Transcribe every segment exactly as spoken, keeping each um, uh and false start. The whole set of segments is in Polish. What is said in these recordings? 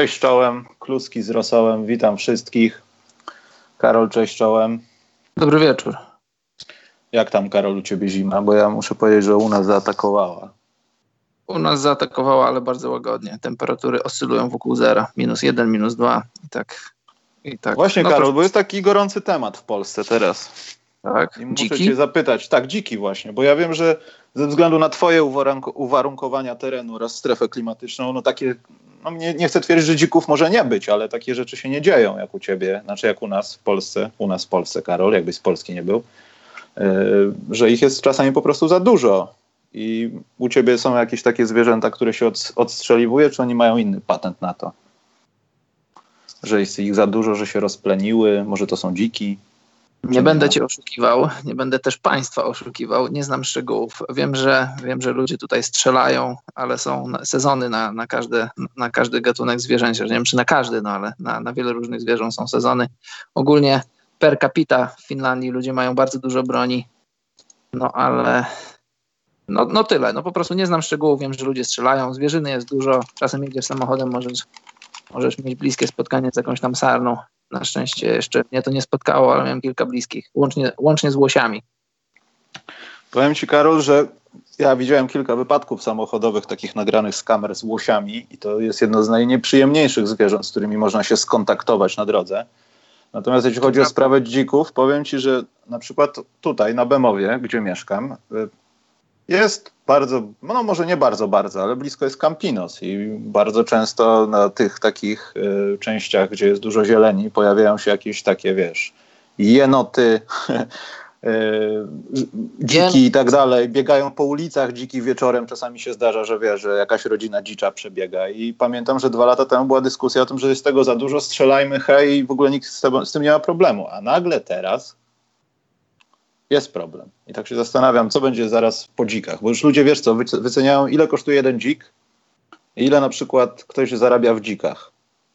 Cześć czołem, kluski z rosołem, witam wszystkich. Karol, cześć czołem. Dobry wieczór. Jak tam, Karol, u ciebie zima? Bo ja muszę powiedzieć, że u nas zaatakowała. U nas zaatakowała, ale bardzo łagodnie. Temperatury oscylują wokół zera. Minus jeden, minus dwa i tak. I tak. Właśnie, no Karol, to... bo jest taki gorący temat w Polsce teraz. Tak, I muszę dziki? cię zapytać. Tak, dziki właśnie, bo ja wiem, że ze względu na twoje uwarunk- uwarunkowania terenu oraz strefę klimatyczną, no takie, no nie, nie chcę twierdzić, że dzików może nie być, ale takie rzeczy się nie dzieją jak u ciebie, znaczy jak u nas w Polsce, u nas w Polsce, Karol, jakbyś z Polski nie był, yy, że ich jest czasami po prostu za dużo. I u ciebie są jakieś takie zwierzęta, które się od, odstrzeliwuje, czy oni mają inny patent na to? Że jest ich za dużo, że się rozpleniły, może to są dziki? Nie będę cię oszukiwał, nie będę też państwa oszukiwał, nie znam szczegółów. Wiem, że wiem, że ludzie tutaj strzelają, ale są sezony na, na, każde, na każdy gatunek zwierzęcia. Nie wiem, czy na każdy, no ale na, na wiele różnych zwierząt są sezony. Ogólnie per capita w Finlandii ludzie mają bardzo dużo broni, no ale no, no tyle. No po prostu nie znam szczegółów, wiem, że ludzie strzelają, zwierzyny jest dużo, czasem jedziesz samochodem, możesz, możesz mieć bliskie spotkanie z jakąś tam sarną. Na szczęście jeszcze mnie to nie spotkało, ale miałem kilka bliskich, łącznie, łącznie z łosiami. Powiem ci, Karol, że ja widziałem kilka wypadków samochodowych takich nagranych z kamer z łosiami i to jest jedno z najnieprzyjemniejszych zwierząt, z którymi można się skontaktować na drodze. Natomiast jeśli chodzi o sprawę dzików, powiem ci, że na przykład tutaj na Bemowie, gdzie mieszkam, jest bardzo, no może nie bardzo, bardzo, ale blisko jest Campinos i bardzo często na tych takich y, częściach, gdzie jest dużo zieleni, pojawiają się jakieś takie, wiesz, jenoty, y, dziki i tak dalej. Biegają po ulicach dziki wieczorem, czasami się zdarza, że wiesz, że jakaś rodzina dzicza przebiega i pamiętam, że dwa lata temu była dyskusja o tym, że jest tego za dużo, strzelajmy, hej, i w ogóle nikt z, tego, z tym nie ma problemu, a nagle teraz jest problem. I tak się zastanawiam, co będzie zaraz po dzikach. Bo już ludzie, wiesz co, wyceniają, ile kosztuje jeden dzik i ile na przykład ktoś zarabia w dzikach.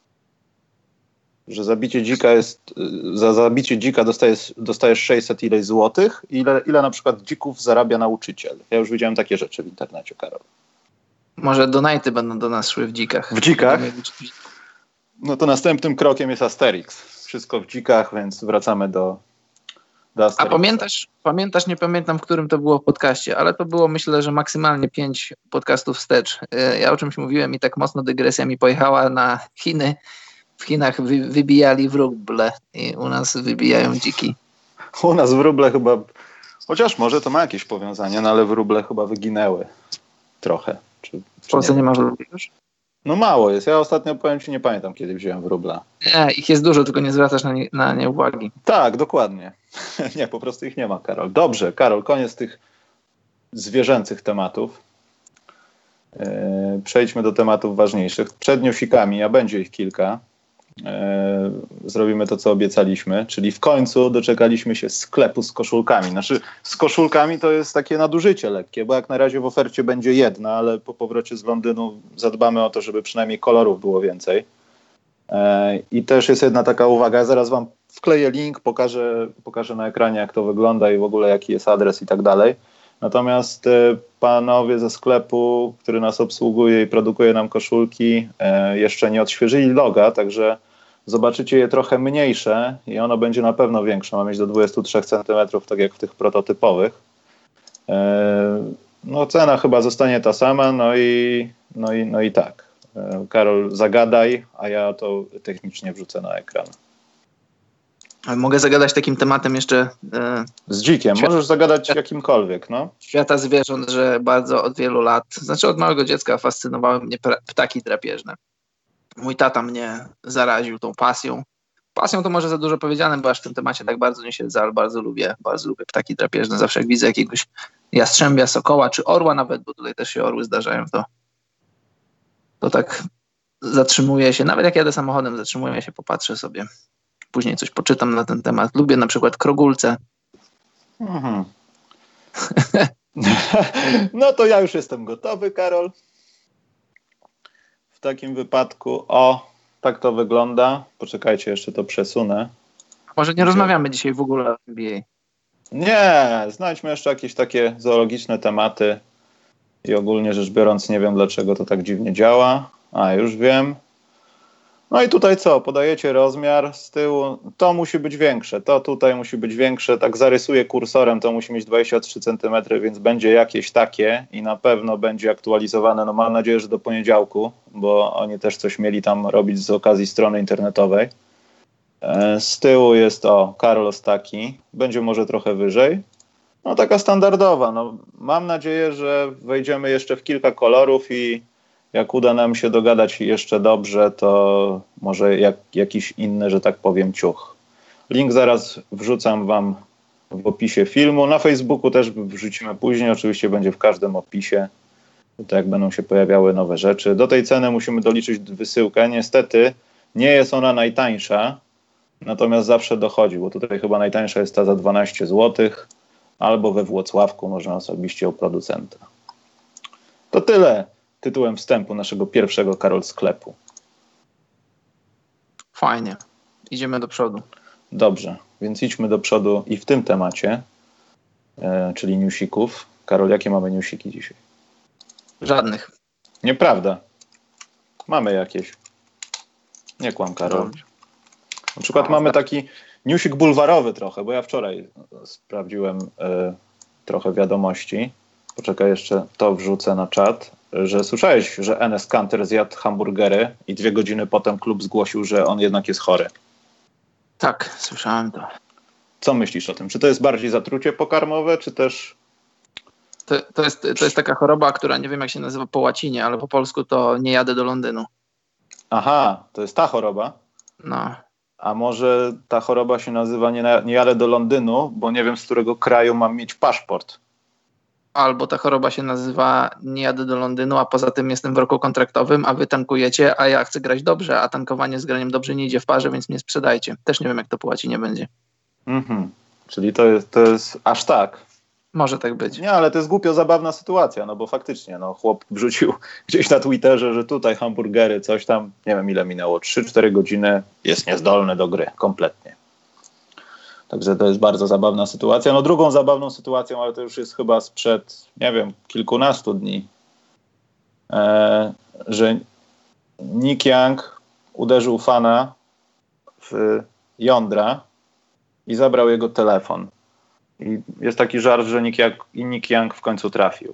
Że zabicie dzika jest, za zabicie dzika dostajesz, dostajesz sześćset ileś złotych i ile, ile na przykład dzików zarabia nauczyciel. Ja już widziałem takie rzeczy w internecie, Karol. Może donajty będą do nas szły w dzikach. W dzikach? No to następnym krokiem jest Asterix. Wszystko w dzikach, więc wracamy do A pamiętasz, pamiętasz, nie pamiętam, w którym to było podcaście, ale to było, myślę, że maksymalnie pięć podcastów wstecz. Ja o czymś mówiłem i tak mocno dygresja mi pojechała na Chiny. W Chinach wy, wybijali wróble i u nas wybijają dziki. U nas wróble chyba, chociaż może to ma jakieś powiązanie, no ale wróble chyba wyginęły trochę. Czy, czy w Polsce nie, nie ma wróbli już? No mało jest. Ja ostatnio, powiem ci, nie pamiętam, kiedy wziąłem wróbla. Nie, ich jest dużo, tylko nie zwracasz na nie, na nie uwagi. Tak, dokładnie. Nie, po prostu ich nie ma, Karol. Dobrze, Karol, koniec tych zwierzęcych tematów. Yy, przejdźmy do tematów ważniejszych. Przed newsikami, a będzie ich kilka, yy, zrobimy to, co obiecaliśmy, czyli w końcu doczekaliśmy się sklepu z koszulkami. Znaczy, z koszulkami to jest takie nadużycie lekkie, bo jak na razie w ofercie będzie jedna, ale po powrocie z Londynu zadbamy o to, żeby przynajmniej kolorów było więcej. I też jest jedna taka uwaga, zaraz wam wkleję link, pokażę, pokażę na ekranie, jak to wygląda i w ogóle jaki jest adres i tak dalej. Natomiast panowie ze sklepu, który nas obsługuje i produkuje nam koszulki, jeszcze nie odświeżyli loga, także zobaczycie je trochę mniejsze i ono będzie na pewno większe, ma mieć do dwudziestu trzech centymetrów, tak jak w tych prototypowych. No cena chyba zostanie ta sama, no i, no i, no i tak. Karol, zagadaj, a ja to technicznie wrzucę na ekran. Mogę zagadać takim tematem jeszcze... E, z dzikiem, świat, możesz zagadać świat, jakimkolwiek, no. Świata zwierząt, że bardzo od wielu lat, znaczy od małego dziecka fascynowały mnie ptaki drapieżne. Mój tata mnie zaraził tą pasją. Pasją to może za dużo powiedziane, bo aż w tym temacie tak bardzo nie siedzę, ale bardzo lubię, bardzo lubię ptaki drapieżne. Zawsze jak widzę jakiegoś jastrzębia, sokoła, czy orła nawet, bo tutaj też się orły zdarzają, to to tak zatrzymuję się, nawet jak jadę samochodem, zatrzymuję się, popatrzę sobie, później coś poczytam na ten temat. Lubię na przykład krogulce. Mhm. No to ja już jestem gotowy, Karol. W takim wypadku, o, tak to wygląda. Poczekajcie, jeszcze to przesunę. Może nie rozmawiamy dzisiaj w ogóle o N B A. Nie, znajdźmy jeszcze jakieś takie zoologiczne tematy. I ogólnie rzecz biorąc, nie wiem, dlaczego to tak dziwnie działa. A, już wiem. No i tutaj co? Podajecie rozmiar z tyłu. To musi być większe, to tutaj musi być większe. Tak zarysuję kursorem, to musi mieć dwadzieścia trzy centymetry, więc będzie jakieś takie i na pewno będzie aktualizowane. No mam nadzieję, że do poniedziałku, bo oni też coś mieli tam robić z okazji strony internetowej. Z tyłu jest o Karol Ostaki. Będzie może trochę wyżej. No taka standardowa. No, mam nadzieję, że wejdziemy jeszcze w kilka kolorów i jak uda nam się dogadać jeszcze dobrze, to może jak, jakiś inny, że tak powiem, ciuch. Link zaraz wrzucam wam w opisie filmu. Na Facebooku też wrzucimy później. Oczywiście będzie w każdym opisie. To jak będą się pojawiały nowe rzeczy. Do tej ceny musimy doliczyć wysyłkę. Niestety nie jest ona najtańsza, natomiast zawsze dochodzi, bo tutaj chyba najtańsza jest ta za dwanaście złotych, albo we Włocławku można osobiście u producenta. To tyle tytułem wstępu naszego pierwszego, Karol, sklepu. Fajnie. Idziemy do przodu. Dobrze, więc idźmy do przodu i w tym temacie, e, czyli newsików. Karol, jakie mamy newsiki dzisiaj? Żadnych. Nieprawda. Mamy jakieś. Nie kłam, Karol. Dobrze. Na przykład no, mamy taki newsik bulwarowy trochę, bo ja wczoraj sprawdziłem e, trochę wiadomości. Poczekaj, jeszcze to wrzucę na czat. Że słyszałeś, że Enes Kanter zjadł hamburgery i dwie godziny potem klub zgłosił, że on jednak jest chory. Tak, słyszałem to. Co myślisz o tym? Czy to jest bardziej zatrucie pokarmowe, czy też... To, to, jest, to jest taka choroba, która nie wiem jak się nazywa po łacinie, ale po polsku to nie jadę do Londynu. Aha, to jest ta choroba? No. A może ta choroba się nazywa nie, nie jadę do Londynu, bo nie wiem z którego kraju mam mieć paszport. Albo ta choroba się nazywa nie jadę do Londynu, a poza tym jestem w roku kontraktowym, a wy tankujecie, a ja chcę grać dobrze, a tankowanie z graniem dobrze nie idzie w parze, więc mnie sprzedajcie. Też nie wiem, jak to po łacinie będzie. Mhm. Czyli to jest, to jest aż tak. Może tak być. Nie, ale to jest głupio zabawna sytuacja, no bo faktycznie, no chłop wrzucił gdzieś na Twitterze, że tutaj hamburgery, coś tam, nie wiem ile minęło, trzy cztery godziny, jest niezdolny do gry, kompletnie. Także to jest bardzo zabawna sytuacja. No drugą zabawną sytuacją, ale to już jest chyba sprzed, nie wiem, kilkunastu dni, e, że Nick Young uderzył fana w jądra i zabrał jego telefon. I jest taki żart, że Nick Young, i Nick Young w końcu trafił.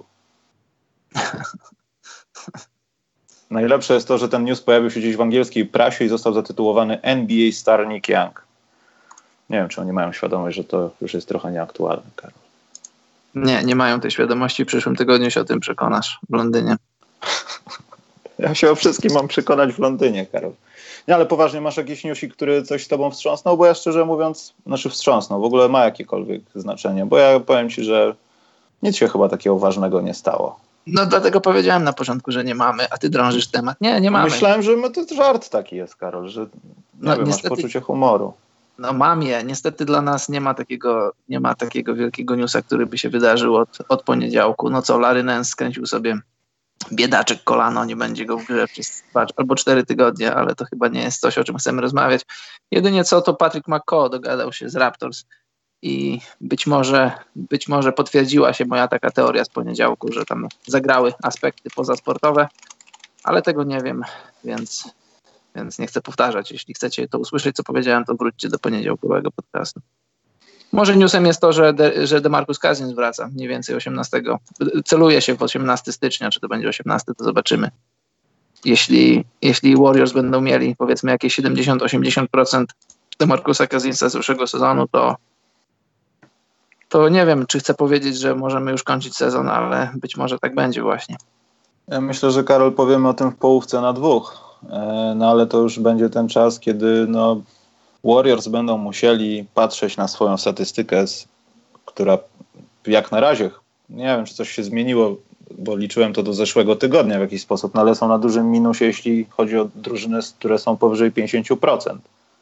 Najlepsze jest to, że ten news pojawił się gdzieś w angielskiej prasie i został zatytułowany N B A Star Nick Young. Nie wiem, czy oni mają świadomość, że to już jest trochę nieaktualne, Karol. Nie, nie mają tej świadomości. W przyszłym tygodniu się o tym przekonasz w Londynie. Ja się o wszystkim mam przekonać w Londynie, Karol. Nie, ale poważnie, masz jakiś newsik, który coś z tobą wstrząsnął? Bo ja szczerze mówiąc, znaczy wstrząsnął, w ogóle ma jakiekolwiek znaczenie, bo ja powiem ci, że nic się chyba takiego ważnego nie stało. No dlatego powiedziałem na początku, że nie mamy, a ty drążysz temat. Nie, nie mamy. Myślałem, że to żart taki jest, Karol, że nie no, wiem, niestety... masz poczucie humoru. No mam je. Niestety dla nas nie ma takiego, nie ma takiego wielkiego newsa, który by się wydarzył od, od poniedziałku. No co, Larry Nance skręcił sobie biedaczek kolano, nie będzie go w grze przez dwa albo cztery tygodnie, ale to chyba nie jest coś, o czym chcemy rozmawiać. Jedynie co, to Patrick McCaw dogadał się z Raptors i być może, być może potwierdziła się moja taka teoria z poniedziałku, że tam zagrały aspekty pozasportowe, ale tego nie wiem, więc... Więc nie chcę powtarzać. Jeśli chcecie to usłyszeć, co powiedziałem, to wróćcie do poniedziałkowego podcastu. Może newsem jest to, że, De, że DeMarcus Cousins wraca mniej więcej osiemnastego. Celuje się w osiemnastego stycznia, czy to będzie osiemnastego, to zobaczymy. Jeśli, jeśli Warriors będą mieli powiedzmy jakieś siedemdziesiąt do osiemdziesięciu procent DeMarcusa Cousinsa z zeszłego sezonu, to, to nie wiem, czy chcę powiedzieć, że możemy już kończyć sezon, ale być może tak będzie właśnie. Ja myślę, że Karol, powiemy o tym w połówce na dwóch. No ale to już będzie ten czas, kiedy no, Warriors będą musieli patrzeć na swoją statystykę, która jak na razie, nie wiem, czy coś się zmieniło, bo liczyłem to do zeszłego tygodnia w jakiś sposób, no ale są na dużym minusie, jeśli chodzi o drużyny, które są powyżej pięćdziesiąt procent.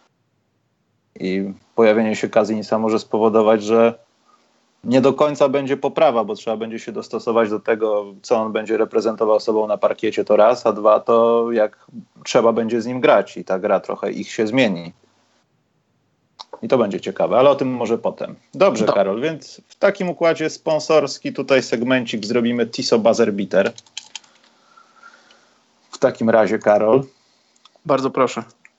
I pojawienie się Cousinsa może spowodować, że nie do końca będzie poprawa, bo trzeba będzie się dostosować do tego, co on będzie reprezentował sobą na parkiecie, to raz, a dwa to jak trzeba będzie z nim grać i ta gra trochę ich się zmieni. I to będzie ciekawe, ale o tym może potem. Dobrze, Do. Karol, więc w takim układzie sponsorski tutaj segmencik zrobimy Tiso Buzzer Beater. W takim razie, Karol. Bardzo proszę.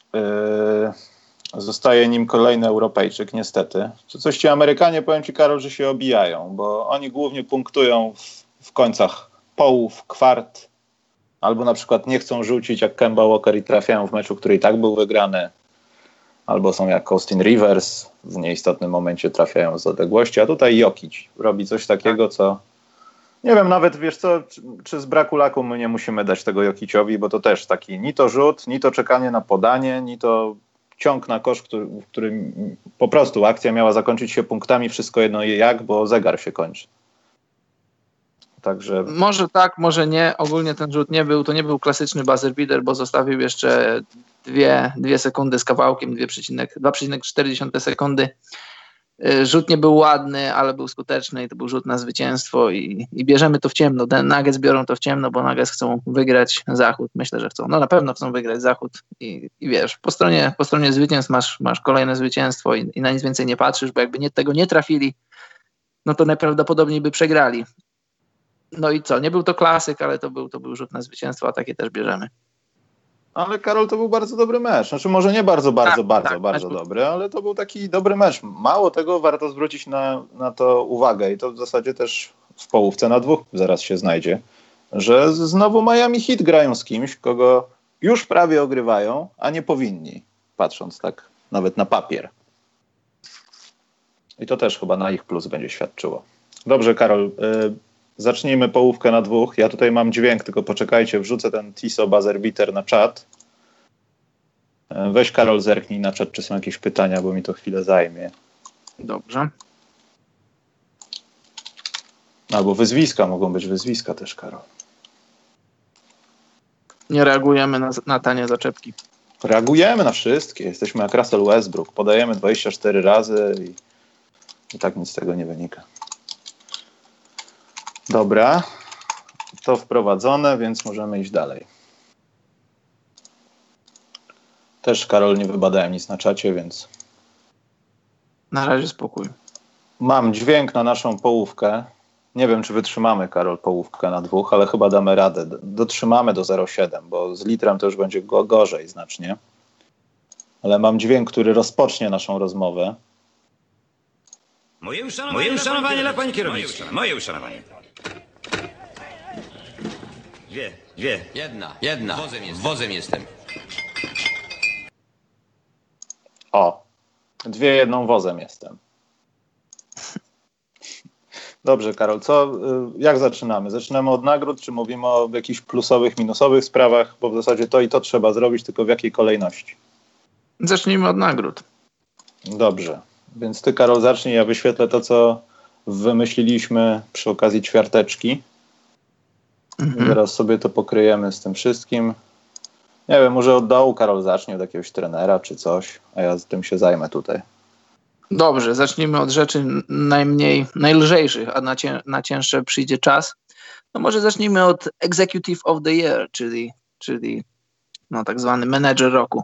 Yy, zostaje nim kolejny Europejczyk, niestety. Czy coś ci Amerykanie, powiem ci, Karol, że się obijają, bo oni głównie punktują w, w końcach połów, kwart, albo na przykład nie chcą rzucić jak Kemba Walker i trafiają w meczu, który i tak był wygrany, albo są jak Austin Rivers, w nieistotnym momencie trafiają z odległości, a tutaj Jokic robi coś takiego, co nie wiem nawet, wiesz co, czy, czy z braku laku my nie musimy dać tego Jokiciowi, bo to też taki ni to rzut, ni to czekanie na podanie, ni to ciąg na kosz, który, w którym po prostu akcja miała zakończyć się punktami, wszystko jedno jak, bo zegar się kończy. Także... Może tak, może nie. Ogólnie ten rzut nie był, to nie był klasyczny buzzer beater, bo zostawił jeszcze dwie, dwie sekundy z kawałkiem, dwa przecinek cztery sekundy. Rzut nie był ładny, ale był skuteczny i to był rzut na zwycięstwo i, i bierzemy to w ciemno. Nuggets biorą to w ciemno, bo Nuggets chcą wygrać Zachód. Myślę, że chcą. No na pewno chcą wygrać Zachód i, i wiesz, po stronie, po stronie zwycięstw masz, masz kolejne zwycięstwo i, i na nic więcej nie patrzysz, bo jakby nie, tego nie trafili, no to najprawdopodobniej by przegrali. No i co? Nie był to klasyk, ale to był, to był rzut na zwycięstwo, a takie też bierzemy. Ale Karol, to był bardzo dobry mecz. Znaczy może nie bardzo, bardzo, tak, bardzo, tak, bardzo dobry, ale to był taki dobry mecz. Mało tego, warto zwrócić na, na to uwagę i to w zasadzie też w połówce na dwóch zaraz się znajdzie, że znowu Miami Heat grają z kimś, kogo już prawie ogrywają, a nie powinni, patrząc tak nawet na papier. I to też chyba na ich plus będzie świadczyło. Dobrze, Karol, yy, zacznijmy połówkę na dwóch. Ja tutaj mam dźwięk, tylko poczekajcie, wrzucę ten Tiso buzzer beater na czat. Weź, Karol, zerknij na czat, czy są jakieś pytania, bo mi to chwilę zajmie. Dobrze. Albo wyzwiska, mogą być wyzwiska też, Karol. Nie reagujemy na, na tanie zaczepki. Reagujemy na wszystkie. Jesteśmy jak Russell Westbrook. Podajemy dwadzieścia cztery razy i, i tak nic z tego nie wynika. Dobra, to wprowadzone, więc możemy iść dalej. Też, Karol, nie wybadałem nic na czacie, więc... Na razie spokój. Mam dźwięk na naszą połówkę. Nie wiem, czy wytrzymamy, Karol, połówkę na dwóch, ale chyba damy radę. Dotrzymamy do zero przecinek siedem, bo z litrem to już będzie go- gorzej znacznie. Ale mam dźwięk, który rozpocznie naszą rozmowę. Moje uszanowanie, Moje uszanowanie dla pani kierowniczki. Moje uszanowanie. Dwie, dwie. Jedna, jedna. Wozem jestem. Wozem jestem. O, dwie jedną wozem jestem. Dobrze, Karol, co, jak zaczynamy? Zaczynamy od nagród, czy mówimy o jakichś plusowych, minusowych sprawach? Bo w zasadzie to i to trzeba zrobić, tylko w jakiej kolejności? Zacznijmy od nagród. Dobrze, więc ty, Karol, zacznij, ja wyświetlę to, co wymyśliliśmy przy okazji ćwiarteczki. Mhm. Teraz sobie to pokryjemy z tym wszystkim. Nie wiem, może od dołu Karol zacznie, od jakiegoś trenera czy coś, a ja z tym się zajmę tutaj. Dobrze, zacznijmy od rzeczy najmniej, najlżejszych, a na, cię, na cięższe przyjdzie czas. No może zacznijmy od Executive of the Year, czyli, czyli no tak zwany menedżer roku.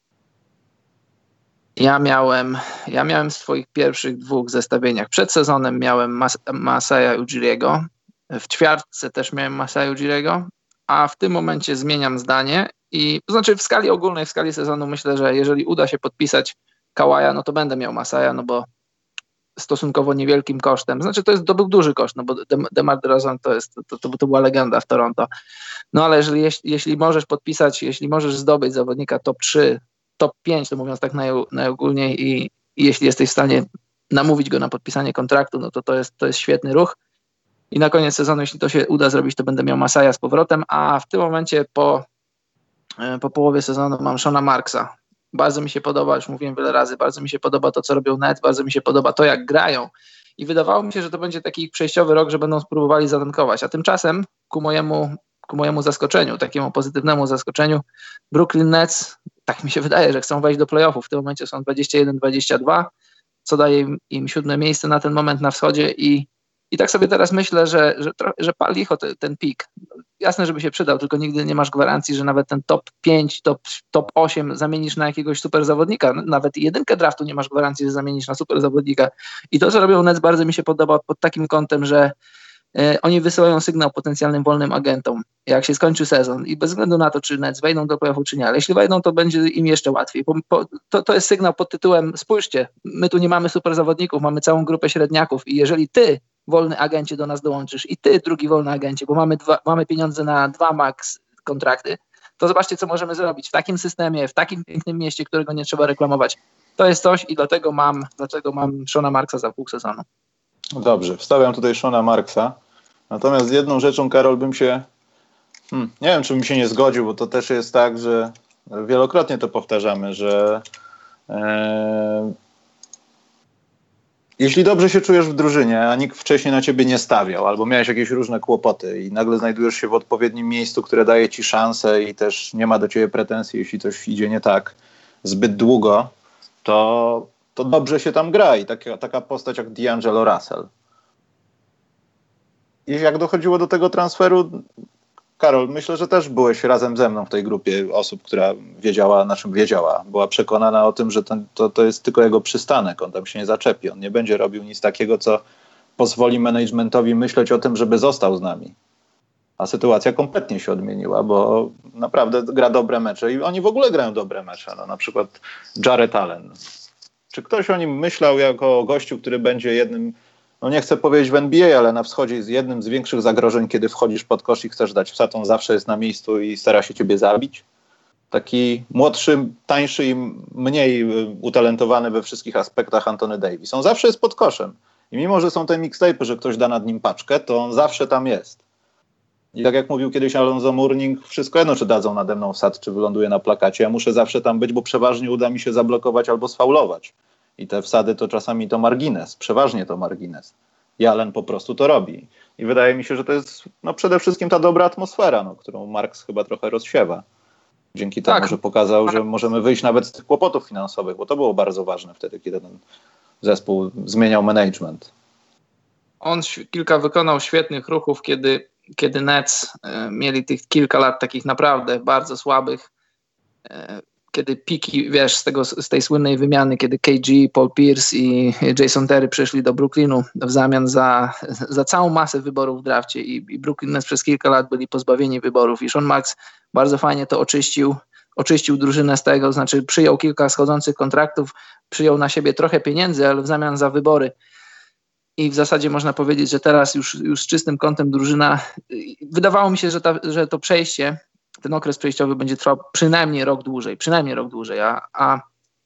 Ja miałem, ja miałem w swoich pierwszych dwóch zestawieniach. Przed sezonem miałem Mas- Masaya Ujiriego, w ćwiartce też miałem Masaya Ujiriego, a w tym momencie zmieniam zdanie i to znaczy w skali ogólnej, w skali sezonu myślę, że jeżeli uda się podpisać Kawaja, no to będę miał Masaya, no bo stosunkowo niewielkim kosztem. Znaczy to, jest, to był duży koszt, no bo DeMar DeRozan to, jest, to, to, to była legenda w Toronto. No ale jeżeli, jeśli, jeśli możesz podpisać, jeśli możesz zdobyć zawodnika top trzy, top pięć, to mówiąc tak naj, najogólniej i, i jeśli jesteś w stanie namówić go na podpisanie kontraktu, no to to jest, to jest świetny ruch. I na koniec sezonu, jeśli to się uda zrobić, to będę miał Masaya z powrotem, a w tym momencie po, po połowie sezonu mam Shona Marksa. Bardzo mi się podoba, już mówiłem wiele razy, bardzo mi się podoba to, co robią Nets, bardzo mi się podoba to, jak grają. I wydawało mi się, że to będzie taki przejściowy rok, że będą spróbowali zatankować. A tymczasem, ku mojemu, ku mojemu zaskoczeniu, takiemu pozytywnemu zaskoczeniu, Brooklyn Nets, tak mi się wydaje, że chcą wejść do playoffów. W tym momencie są dwadzieścia jeden dwadzieścia dwa, co daje im, im siódme miejsce na ten moment na wschodzie i I tak sobie teraz myślę, że, że, że pal licho ten, ten pik. Jasne, żeby się przydał, tylko nigdy nie masz gwarancji, że nawet ten top pięć, top, top osiem zamienisz na jakiegoś super zawodnika. Nawet jedynkę draftu nie masz gwarancji, że zamienisz na super zawodnika. I to, co robią Nets, bardzo mi się podoba pod takim kątem, że e, oni wysyłają sygnał potencjalnym wolnym agentom, jak się skończy sezon i bez względu na to, czy Nets wejdą do play-offu, czy nie, ale jeśli wejdą, to będzie im jeszcze łatwiej. Po, po, to, to jest sygnał pod tytułem spójrzcie, my tu nie mamy super zawodników, mamy całą grupę średniaków i jeżeli ty, wolny agencie, do nas dołączysz i ty, drugi wolny agencie, bo mamy, dwa, mamy pieniądze na dwa max kontrakty, to zobaczcie, co możemy zrobić w takim systemie, w takim pięknym mieście, którego nie trzeba reklamować. To jest coś i dlatego mam, dlaczego mam Shona Marksa za pół sezonu. Dobrze, wstawiam tutaj Shona Marksa. Natomiast z jedną rzeczą, Karol, bym się... Hmm, nie wiem, czy bym się nie zgodził, bo to też jest tak, że wielokrotnie to powtarzamy, że e, jeśli dobrze się czujesz w drużynie, a nikt wcześniej na ciebie nie stawiał, albo miałeś jakieś różne kłopoty i nagle znajdujesz się w odpowiednim miejscu, które daje ci szansę i też nie ma do ciebie pretensji, jeśli coś idzie nie tak zbyt długo, to, to dobrze się tam gra i taka, taka postać jak D'Angelo Russell. I jak dochodziło do tego transferu, Karol, myślę, że też byłeś razem ze mną w tej grupie osób, która wiedziała, na czym wiedziała. Była przekonana o tym, że to, to, to jest tylko jego przystanek, on tam się nie zaczepi. On nie będzie robił nic takiego, co pozwoli managementowi myśleć o tym, żeby został z nami. A sytuacja kompletnie się odmieniła, bo naprawdę gra dobre mecze i oni w ogóle grają dobre mecze. No, na przykład Jarrett Allen. Czy ktoś o nim myślał jako o gościu, który będzie jednym, no nie chcę powiedzieć w N B A, ale na wschodzie jest jednym z większych zagrożeń, kiedy wchodzisz pod kosz i chcesz dać wsad, on zawsze jest na miejscu i stara się ciebie zabić. Taki młodszy, tańszy i mniej utalentowany we wszystkich aspektach Anthony Davis. On zawsze jest pod koszem. I mimo, że są te mixtape'y, że ktoś da nad nim paczkę, to on zawsze tam jest. I tak jak mówił kiedyś Alonzo Mourning, wszystko jedno, czy dadzą nade mną wsad, czy wyląduje na plakacie. Ja muszę zawsze tam być, bo przeważnie uda mi się zablokować albo sfaulować. I te wsady to czasami to margines, przeważnie to margines. I Allen po prostu to robi. I wydaje mi się, że to jest no, przede wszystkim ta dobra atmosfera, no, którą Marks chyba trochę rozsiewa. Dzięki temu, Tak. że pokazał, że możemy wyjść nawet z tych kłopotów finansowych, bo to było bardzo ważne wtedy, kiedy ten zespół zmieniał management. On kilka wykonał świetnych ruchów, kiedy, kiedy Nets y, mieli tych kilka lat takich naprawdę bardzo słabych, y, kiedy piki, wiesz, z, tego, z tej słynnej wymiany, kiedy K G, Paul Pierce i Jason Terry przyszli do Brooklynu w zamian za, za całą masę wyborów w drafcie i, i Brooklyn Nets przez kilka lat byli pozbawieni wyborów i Sean Marks bardzo fajnie to oczyścił, oczyścił drużynę z tego, znaczy przyjął kilka schodzących kontraktów, przyjął na siebie trochę pieniędzy, ale w zamian za wybory. I w zasadzie można powiedzieć, że teraz już, już z czystym kątem drużyna, wydawało mi się, że, ta, że to przejście, ten okres przejściowy będzie trwał przynajmniej rok dłużej, przynajmniej rok dłużej, a, a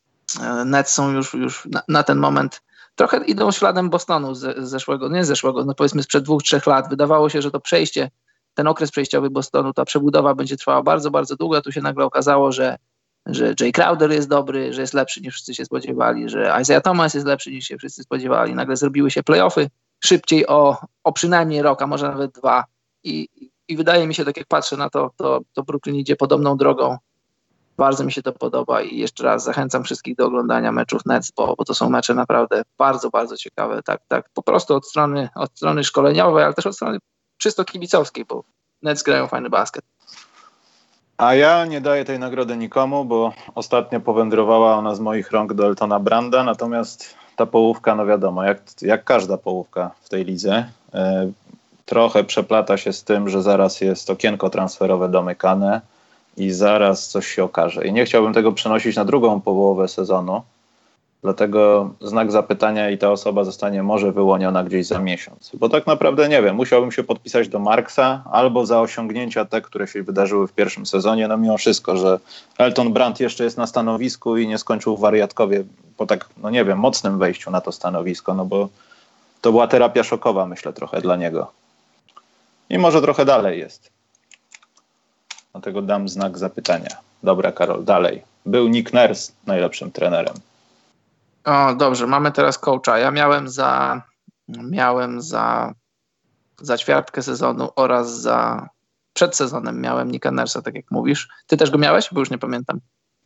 Nets są już, już na, na ten moment, trochę idą śladem Bostonu z, z zeszłego, nie z zeszłego, no powiedzmy sprzed dwóch, trzech lat. Wydawało się, że to przejście, ten okres przejściowy Bostonu, ta przebudowa będzie trwała bardzo, bardzo długo, a tu się nagle okazało, że że Jay Crowder jest dobry, że jest lepszy niż wszyscy się spodziewali, że Isaiah Thomas jest lepszy niż się wszyscy spodziewali. Nagle zrobiły się play-offy szybciej o, o przynajmniej rok, a może nawet dwa. I, i wydaje mi się, tak jak patrzę na to, to, to Brooklyn idzie podobną drogą. Bardzo mi się to podoba i jeszcze raz zachęcam wszystkich do oglądania meczów Nets, bo, bo to są mecze naprawdę bardzo, bardzo ciekawe. Tak, tak, po prostu od strony, od strony szkoleniowej, ale też od strony czysto kibicowskiej, bo Nets grają fajny basket. A ja nie daję tej nagrody nikomu, bo ostatnio powędrowała ona z moich rąk do Eltona Branda, natomiast ta połówka, no wiadomo, jak, jak każda połówka w tej lidze, e, trochę przeplata się z tym, że zaraz jest okienko transferowe domykane i zaraz coś się okaże. I nie chciałbym tego przenosić na drugą połowę sezonu, dlatego znak zapytania i ta osoba zostanie może wyłoniona gdzieś za miesiąc. Bo tak naprawdę nie wiem, musiałbym się podpisać do Marksa albo za osiągnięcia te, które się wydarzyły w pierwszym sezonie, no mimo wszystko, że Elton Brand jeszcze jest na stanowisku i nie skończył w wariatkowie po tak, no nie wiem, mocnym wejściu na to stanowisko, no bo to była terapia szokowa, myślę, trochę dla niego. I może trochę dalej jest. Dlatego dam znak zapytania. Dobra, Karol, dalej. Był Nick Nurse najlepszym trenerem. O, dobrze, mamy teraz coacha. Ja miałem za miałem za, za ćwiartkę sezonu oraz za przed sezonem miałem Nicka Nurse'a, tak jak mówisz. Ty też go miałeś? Bo już nie pamiętam.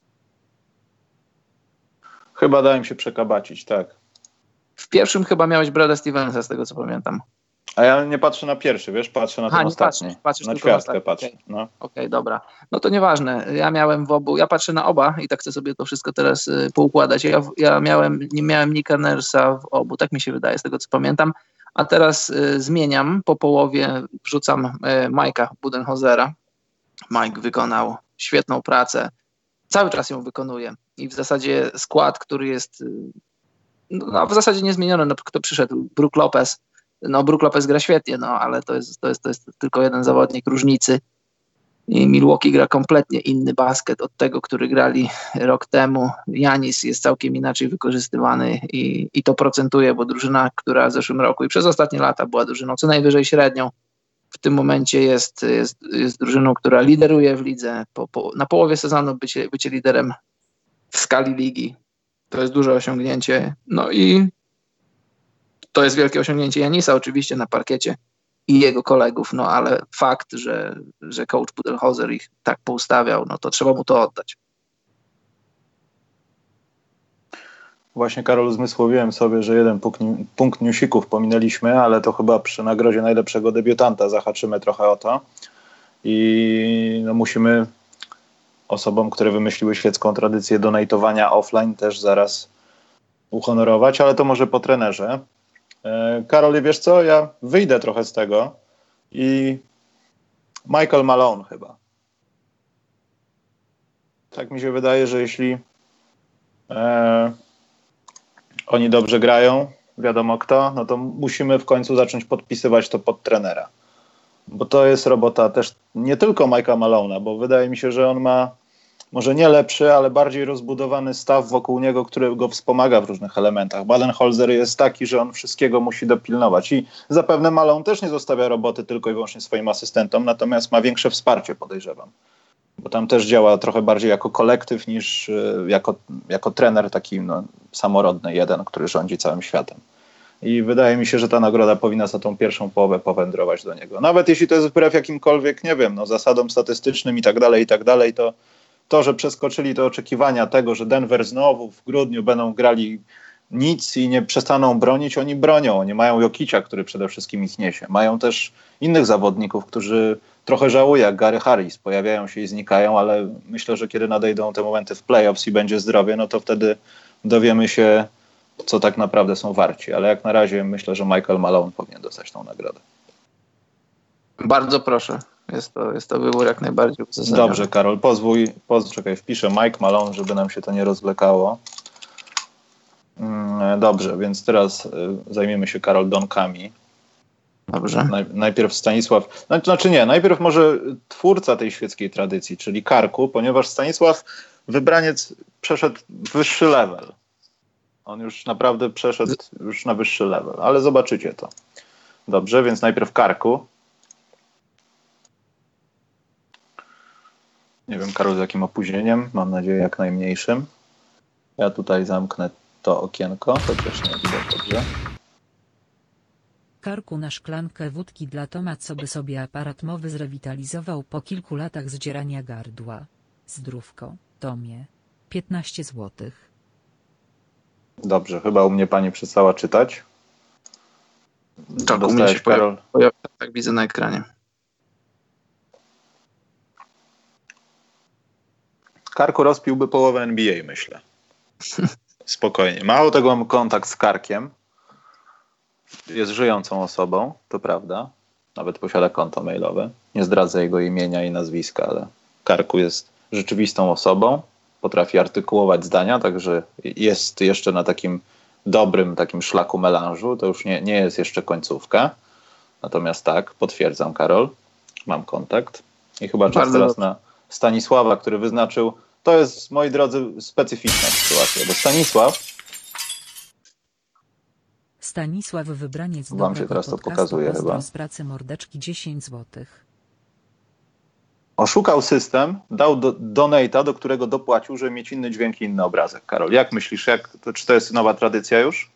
Chyba dałem się przekabacić, tak. W pierwszym chyba miałeś Brada Stevensa, z tego co pamiętam. A ja nie patrzę na pierwszy, wiesz, patrzę na ten Aha, ostatni. Patrzysz, patrzysz na tylko na ćwiartkę patrzę. Okej, no. okay, dobra. No to nieważne. Ja miałem w obu, ja patrzę na oba i tak chcę sobie to wszystko teraz y, poukładać. Ja, ja miałem, nie miałem Nicka Nurse'a w obu, tak mi się wydaje, z tego co pamiętam. A teraz y, zmieniam, po połowie wrzucam y, Mike'a Budenholzera. Mike wykonał świetną pracę, cały czas ją wykonuje i w zasadzie skład, który jest y, no, w zasadzie niezmieniony, no, kto przyszedł, Brook Lopez, no Brook Lopez gra świetnie, no ale to jest, to jest, to jest tylko jeden zawodnik różnicy i Milwaukee gra kompletnie inny basket od tego, który grali rok temu. Giannis jest całkiem inaczej wykorzystywany i, i to procentuje, bo drużyna, która w zeszłym roku i przez ostatnie lata była drużyną co najwyżej średnią, w tym momencie jest, jest, jest drużyną, która lideruje w lidze. Po, po, na połowie sezonu bycie, bycie liderem w skali ligi to jest duże osiągnięcie. No i to jest wielkie osiągnięcie Giannisa oczywiście na parkiecie i jego kolegów, no ale fakt, że, że coach Budenholzer ich tak poustawiał, no to trzeba mu to oddać. Właśnie, Karol, zmysłowiłem sobie, że jeden punkt, punkt newsików pominęliśmy, ale to chyba przy nagrodzie najlepszego debiutanta zahaczymy trochę o to. I no, musimy osobom, które wymyśliły świecką tradycję donatowania offline, też zaraz uhonorować, ale to może po trenerze. Karol, wiesz co, ja wyjdę trochę z tego i Michael Malone chyba. Tak mi się wydaje, że jeśli e, oni dobrze grają, wiadomo kto, no to musimy w końcu zacząć podpisywać to pod trenera. Bo to jest robota też nie tylko Mike'a Malone'a, bo wydaje mi się, że on ma może nie lepszy, ale bardziej rozbudowany staw wokół niego, który go wspomaga w różnych elementach. Budenholzer jest taki, że on wszystkiego musi dopilnować i zapewne Malone też nie zostawia roboty tylko i wyłącznie swoim asystentom, natomiast ma większe wsparcie, podejrzewam. Bo tam też działa trochę bardziej jako kolektyw niż jako, jako trener taki no, samorodny jeden, który rządzi całym światem. I wydaje mi się, że ta nagroda powinna za tą pierwszą połowę powędrować do niego. Nawet jeśli to jest wbrew jakimkolwiek, nie wiem, no, zasadom statystycznym i tak dalej, i tak dalej, to to, że przeskoczyli te oczekiwania tego, że Denver znowu w grudniu będą grali nic i nie przestaną bronić, oni bronią. Oni mają Jokicia, który przede wszystkim ich niesie. Mają też innych zawodników, którzy trochę żałuję, jak Gary Harris. Pojawiają się i znikają, ale myślę, że kiedy nadejdą te momenty w playoffs i będzie zdrowie, no to wtedy dowiemy się, co tak naprawdę są warci. Ale jak na razie myślę, że Michael Malone powinien dostać tą nagrodę. Bardzo proszę. Jest to, jest to wybór jak najbardziej uzasadniony. Dobrze, Karol, pozwól, pozwól, czekaj, wpiszę Mike Malone, żeby nam się to nie rozwlekało. Dobrze, więc teraz zajmiemy się, Karol, donkami. Dobrze. Naj, najpierw Stanisław, znaczy nie, najpierw może twórca tej świeckiej tradycji, czyli Karku, ponieważ Stanisław Wybraniec przeszedł wyższy level. On już naprawdę przeszedł już na wyższy level, ale zobaczycie to. Dobrze, więc najpierw Karku. Nie wiem, Karol, z jakim opóźnieniem, mam nadzieję jak najmniejszym. Ja tutaj zamknę to okienko, to też nie widać dobrze. Karku na szklankę wódki dla Toma, co by sobie aparat mowy zrewitalizował po kilku latach zdzierania gardła. Zdrówko, Tomie. piętnaście złotych. Dobrze, chyba u mnie pani przestała czytać. Tak, u mnie się Karol. Pojawia, tak widzę na ekranie. Karku rozpiłby połowę N B A, myślę. Spokojnie. Mało tego, mam kontakt z Karkiem. Jest żyjącą osobą, to prawda. Nawet posiada konto mailowe. Nie zdradzę jego imienia i nazwiska, ale Karku jest rzeczywistą osobą. Potrafi artykułować zdania, także jest jeszcze na takim dobrym takim szlaku melanżu. To już nie, nie jest jeszcze końcówka. Natomiast tak, potwierdzam, Karol. Mam kontakt. I chyba czas Bardzo teraz na Stanisława, który wyznaczył. To jest, moi drodzy, specyficzna sytuacja, bo Stanisław Stanisław Wybraniec Wam dobrego się teraz to podcastu, pokazuje pozdro chyba. z pracy mordeczki dziesięć złotych. oszukał system, dał do, donate'a, do którego dopłacił, żeby mieć inny dźwięk i inny obrazek. Karol, jak myślisz, jak, to, czy to jest nowa tradycja już?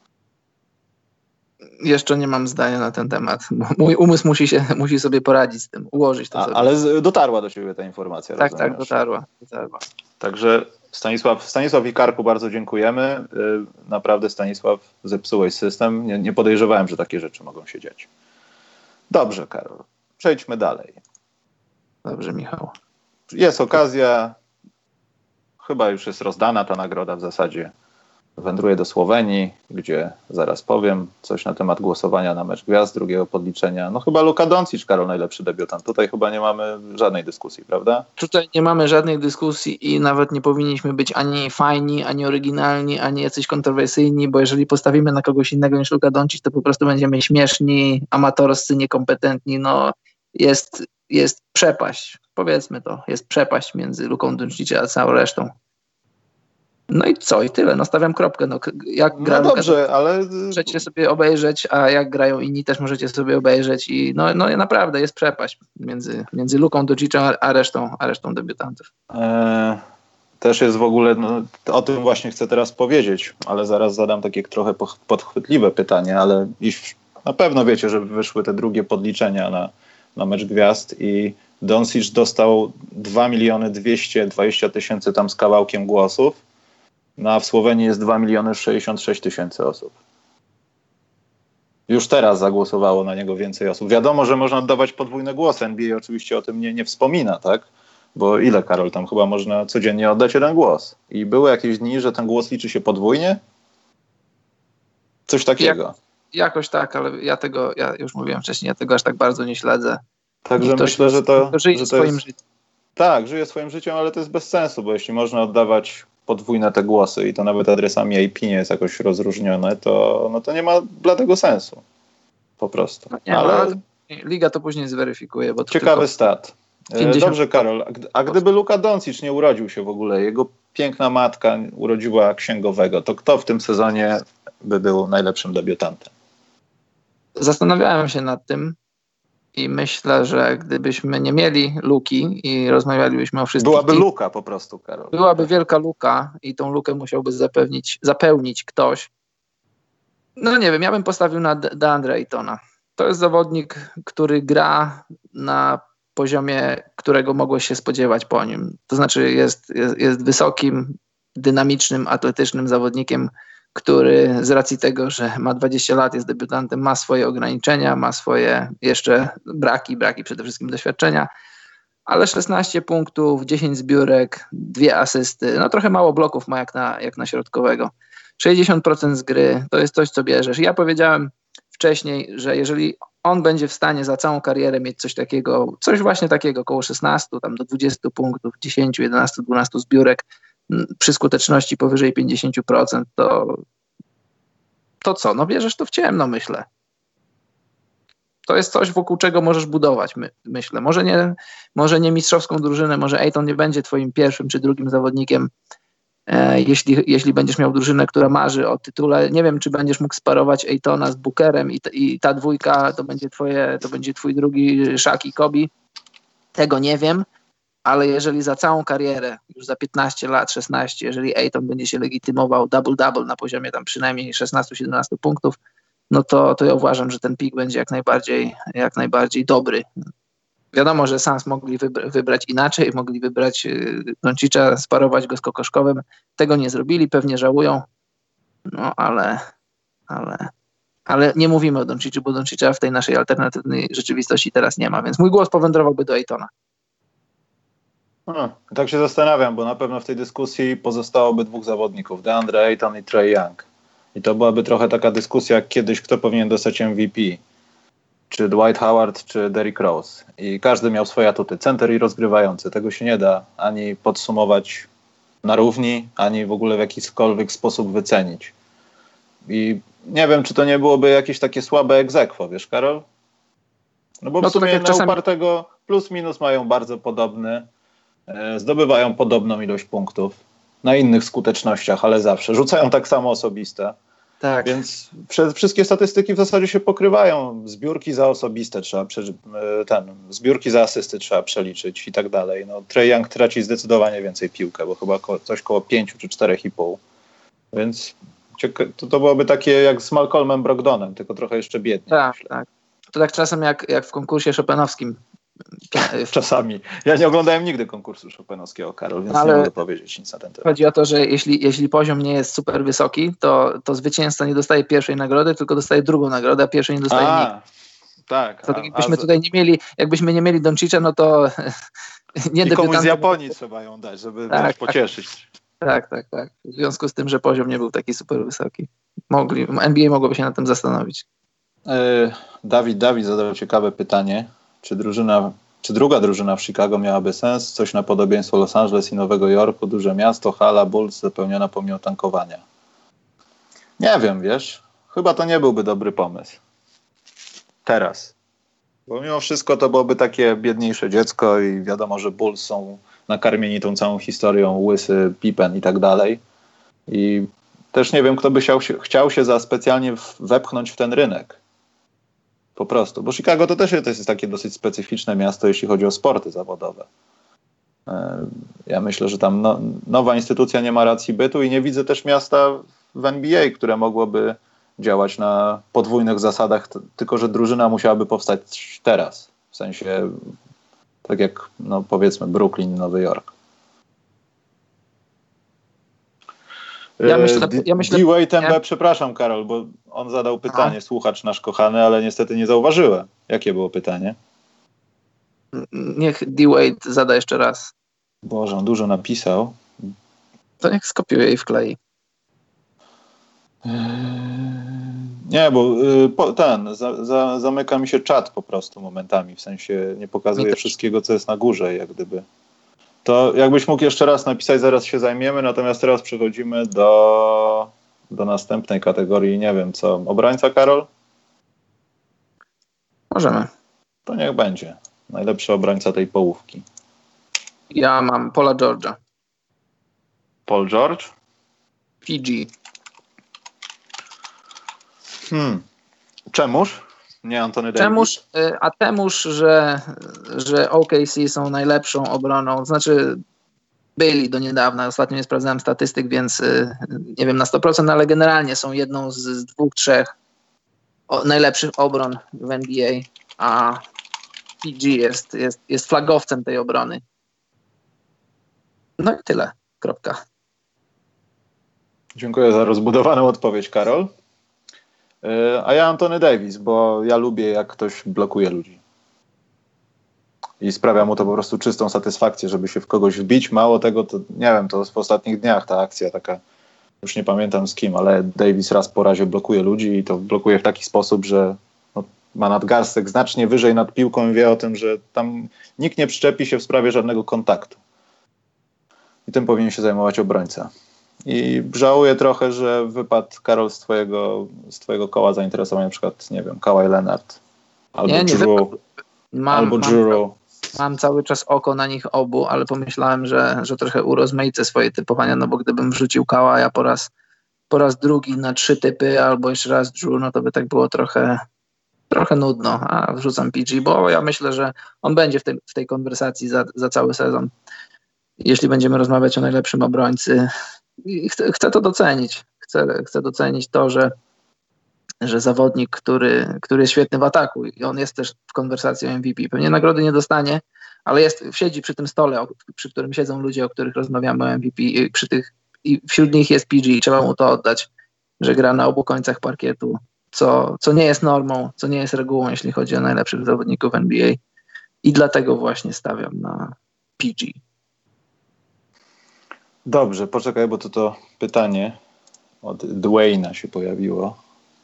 Jeszcze nie mam zdania na ten temat. Mój umysł musi, się, musi sobie poradzić z tym, ułożyć to A, sobie. ale z, dotarła do ciebie ta informacja. Tak, rozumiesz? tak, dotarła. dotarła. Także Stanisław, Stanisław i Karku bardzo dziękujemy. Yy, naprawdę, Stanisław, zepsułeś system. Nie, nie podejrzewałem, że takie rzeczy mogą się dziać. Dobrze, Karol. Przejdźmy dalej. Dobrze, Michał. Jest okazja. Chyba już jest rozdana ta nagroda w zasadzie. wędruje do Słowenii, gdzie zaraz powiem coś na temat głosowania na mecz gwiazd, drugiego podliczenia. No chyba Luka Doncic, Karol, najlepszy debiutant. Tutaj chyba nie mamy żadnej dyskusji, prawda? Tutaj nie mamy żadnej dyskusji i nawet nie powinniśmy być ani fajni, ani oryginalni, ani jacyś kontrowersyjni, bo jeżeli postawimy na kogoś innego niż Luka Doncic, to po prostu będziemy śmieszni, amatorscy, niekompetentni. No jest, jest przepaść, powiedzmy to, jest przepaść między Luką Doncicem a całą resztą. No i co? I tyle. No stawiam kropkę. No, jak gra no dobrze, Luka, ale... możecie sobie obejrzeć, a jak grają inni też możecie sobie obejrzeć i no, no naprawdę jest przepaść między, między Luką Doncicem a, a, resztą, a resztą debiutantów. Eee, też jest w ogóle, no, o tym właśnie chcę teraz powiedzieć, ale zaraz zadam takie trochę podchwytliwe pytanie, ale iż na pewno wiecie, że wyszły te drugie podliczenia na, na mecz gwiazd i Doncic dostał dwa miliony dwieście dwadzieścia tysięcy tam z kawałkiem głosów. No a w Słowenii jest dwa miliony sześćdziesiąt sześć tysięcy osób. Już teraz zagłosowało na niego więcej osób. Wiadomo, że można oddawać podwójne głosy. N B A oczywiście o tym nie, nie wspomina, tak? Bo ile, Karol, tam chyba można codziennie oddać jeden głos. I były jakieś dni, że ten głos liczy się podwójnie? Coś takiego. Jak, jakoś tak, ale ja tego, ja już mówiłem wcześniej, ja tego aż tak bardzo nie śledzę. Także myślę, że to, to żyje że to swoim jest... życiem. Tak, żyje swoim życiem, ale to jest bez sensu, bo jeśli można oddawać podwójne te głosy i to nawet adresami I P nie jest jakoś rozróżnione, to, no to nie ma bladego sensu. Po prostu. No nie, ale... ale liga to później zweryfikuje. Bo to Ciekawy tylko stat. pięćdziesiąt Dobrze, Karol, a gdyby Luka Doncic nie urodził się w ogóle, jego piękna matka urodziła księgowego, to kto w tym sezonie by był najlepszym debiutantem? Zastanawiałem się nad tym i myślę, że gdybyśmy nie mieli luki i rozmawialibyśmy o wszystkich... Byłaby team, luka po prostu, Karol. Byłaby wielka luka i tą lukę musiałby zapewnić, zapełnić ktoś. No nie wiem, ja bym postawił na DeAndre Aytona. To jest zawodnik, który gra na poziomie, którego mogłeś się spodziewać po nim. To znaczy jest, jest, jest wysokim, dynamicznym, atletycznym zawodnikiem, który z racji tego, że ma dwadzieścia lat, jest debiutantem, ma swoje ograniczenia, ma swoje jeszcze braki, braki przede wszystkim doświadczenia, ale szesnaście punktów, dziesięć zbiórek, dwie asysty, no trochę mało bloków ma jak na, jak na środkowego. sześćdziesiąt procent z gry, to jest coś, co bierzesz. Ja powiedziałem wcześniej, że jeżeli on będzie w stanie za całą karierę mieć coś takiego, coś właśnie takiego, około szesnaście, tam do dwudziestu punktów, dziesięć, jedenaście, dwanaście zbiórek, przy skuteczności powyżej pięćdziesiąt procent, to, to co? No bierzesz to w ciemno, myślę. To jest coś, wokół czego możesz budować, my, myślę. Może nie, może nie mistrzowską drużynę, może Ayton nie będzie twoim pierwszym czy drugim zawodnikiem, e, jeśli, jeśli będziesz miał drużynę, która marzy o tytule. Nie wiem, czy będziesz mógł sparować Aytona z Bookerem i, t, i ta dwójka to będzie, twoje, to będzie twój drugi Shaq i Kobe. Tego nie wiem. Ale jeżeli za całą karierę, już za piętnaście lat, szesnaście, jeżeli Ayton będzie się legitymował double-double na poziomie tam przynajmniej szesnaście siedemnaście punktów, no to, to ja uważam, że ten pik będzie jak najbardziej, jak najbardziej dobry. Wiadomo, że Suns mogli wybra- wybrać inaczej, mogli wybrać yy, Doncicza, sparować go z Kokoszkowem. Tego nie zrobili, pewnie żałują, no ale, ale, ale nie mówimy o Donciczu, bo Doncicza w tej naszej alternatywnej rzeczywistości teraz nie ma, więc mój głos powędrowałby do Aytona. Hmm, tak się zastanawiam, bo na pewno w tej dyskusji pozostałoby dwóch zawodników, DeAndre Ayton i Trae Young. I to byłaby trochę taka dyskusja jak kiedyś, kto powinien dostać M V P. Czy Dwight Howard, czy Derrick Rose. I każdy miał swoje atuty, center i rozgrywający. Tego się nie da ani podsumować na równi, ani w ogóle w jakikolwiek sposób wycenić. I nie wiem, czy to nie byłoby jakieś takie słabe ex aequo, wiesz, Karol? No bo w no to sumie tak na czasami... upartego plus minus mają bardzo podobny. Zdobywają podobną ilość punktów na innych skutecznościach, ale zawsze rzucają tak samo osobiste. Tak. Więc prze, wszystkie statystyki w zasadzie się pokrywają. Zbiórki za osobiste trzeba prze, ten, zbiórki za asysty trzeba przeliczyć i tak dalej. No, Trae Young traci zdecydowanie więcej piłkę, bo chyba ko- coś koło pięciu czy czterech i pół. Więc cieka- to, to byłoby takie jak z Malcolmem Brogdonem, tylko trochę jeszcze biedniej. Tak, myślę. tak. To tak czasem jak, jak w konkursie chopinowskim. Czasami. Ja nie oglądałem nigdy konkursu chopinowskiego, Karol, więc ale nie mogę powiedzieć nic na ten temat. Chodzi o to, że jeśli, jeśli poziom nie jest super wysoki, to, to zwycięzca nie dostaje pierwszej nagrody, tylko dostaje drugą nagrodę, a pierwszej nie dostaje a, nikt. Tak. To a, tak jakbyśmy a, tutaj nie mieli, jakbyśmy nie mieli Doncicza, no to nie I komuś z debiutantem. Japonii trzeba ją dać, żeby Tak, tak, tak. pocieszyć. Tak, tak, tak. W związku z tym, że poziom nie był taki super wysoki. Mogli, N B A mogłoby się nad tym zastanowić. Dawid, Dawid zadał ciekawe pytanie. Czy drużyna, czy druga drużyna w Chicago miałaby sens? Coś na podobieństwo Los Angeles i Nowego Jorku, duże miasto, hala, Bulls zapełniona pomimo tankowania. Nie wiem, wiesz, chyba to nie byłby dobry pomysł. Teraz. Bo mimo wszystko to byłoby takie biedniejsze dziecko i wiadomo, że Bulls są nakarmieni tą całą historią, Łysy, Pippen i tak dalej. I też nie wiem, kto by chciał się, chciał się za specjalnie wepchnąć w ten rynek. Po prostu. Bo Chicago to też jest takie dosyć specyficzne miasto, jeśli chodzi o sporty zawodowe. Ja myślę, że tam no, nowa instytucja nie ma racji bytu i nie widzę też miasta w N B A, które mogłoby działać na podwójnych zasadach, t- tylko że drużyna musiałaby powstać teraz. W sensie tak jak, no powiedzmy, Brooklyn, Nowy Jork. Ja myślę, ja myślę, D-Wade M B, przepraszam Karol, bo on zadał pytanie, Aha. słuchacz nasz kochany, ale niestety nie zauważyłem. Jakie było pytanie? Niech D-Wade zada jeszcze raz. Boże, on dużo napisał. To niech skopiuje i wklei. Nie, bo ten, za, za, zamyka mi się czat po prostu momentami, w sensie nie pokazuje wszystkiego, co jest na górze, jak gdyby. To jakbyś mógł jeszcze raz napisać, zaraz się zajmiemy, natomiast teraz przechodzimy do, do następnej kategorii, nie wiem co. Obrońca, Karol? Możemy. To niech będzie. Najlepszy obrońca tej połówki. Ja mam Paula George'a. Paul George? P G. Hmm. Czemuż? Nie Anthony Davis? Czemuż, a temuż, że, że O K C są najlepszą obroną, znaczy byli do niedawna, ostatnio nie sprawdzałem statystyk, więc nie wiem na sto procent, ale generalnie są jedną z, z dwóch, trzech o, najlepszych obron w N B A, a P G jest, jest, jest flagowcem tej obrony. No i tyle. Kropka. Dziękuję za rozbudowaną odpowiedź, Karol. A ja Anthony Davis, bo ja lubię, jak ktoś blokuje ludzi. I sprawia mu to po prostu czystą satysfakcję, żeby się w kogoś wbić. Mało tego, to nie wiem, to w ostatnich dniach ta akcja taka, już nie pamiętam z kim, ale Davis raz po razie blokuje ludzi i to blokuje w taki sposób, że no, ma nadgarstek znacznie wyżej nad piłką i wie o tym, że tam nikt nie przyczepi się w sprawie żadnego kontaktu. I tym powinien się zajmować obrońca. I żałuję trochę, że wypadł, Karol, z twojego, z twojego koła zainteresowania, na przykład, nie wiem, Kawhi Leonard albo nie, nie Drew, mam, albo mam, Drew. Mam cały czas oko na nich obu, ale pomyślałem, że, że trochę urozmaicę swoje typowania, no bo gdybym wrzucił Kawaja po raz, po raz drugi na trzy typy albo jeszcze raz Drew, no to by tak było trochę, trochę nudno, a wrzucam P G, bo ja myślę, że on będzie w tej, w tej konwersacji za, za cały sezon. Jeśli będziemy rozmawiać o najlepszym obrońcy, I chcę, chcę to docenić. Chcę, chcę docenić to, że, że zawodnik, który, który jest świetny w ataku i on jest też w konwersacji o M V P. Pewnie nagrody nie dostanie, ale jest, siedzi przy tym stole, przy którym siedzą ludzie, o których rozmawiamy o M V P i, przy tych, i wśród nich jest P G i trzeba mu to oddać, że gra na obu końcach parkietu, co, co nie jest normą, co nie jest regułą, jeśli chodzi o najlepszych zawodników N B A i dlatego właśnie stawiam na P G. Dobrze, poczekaj, bo to to pytanie od Dwayna się pojawiło.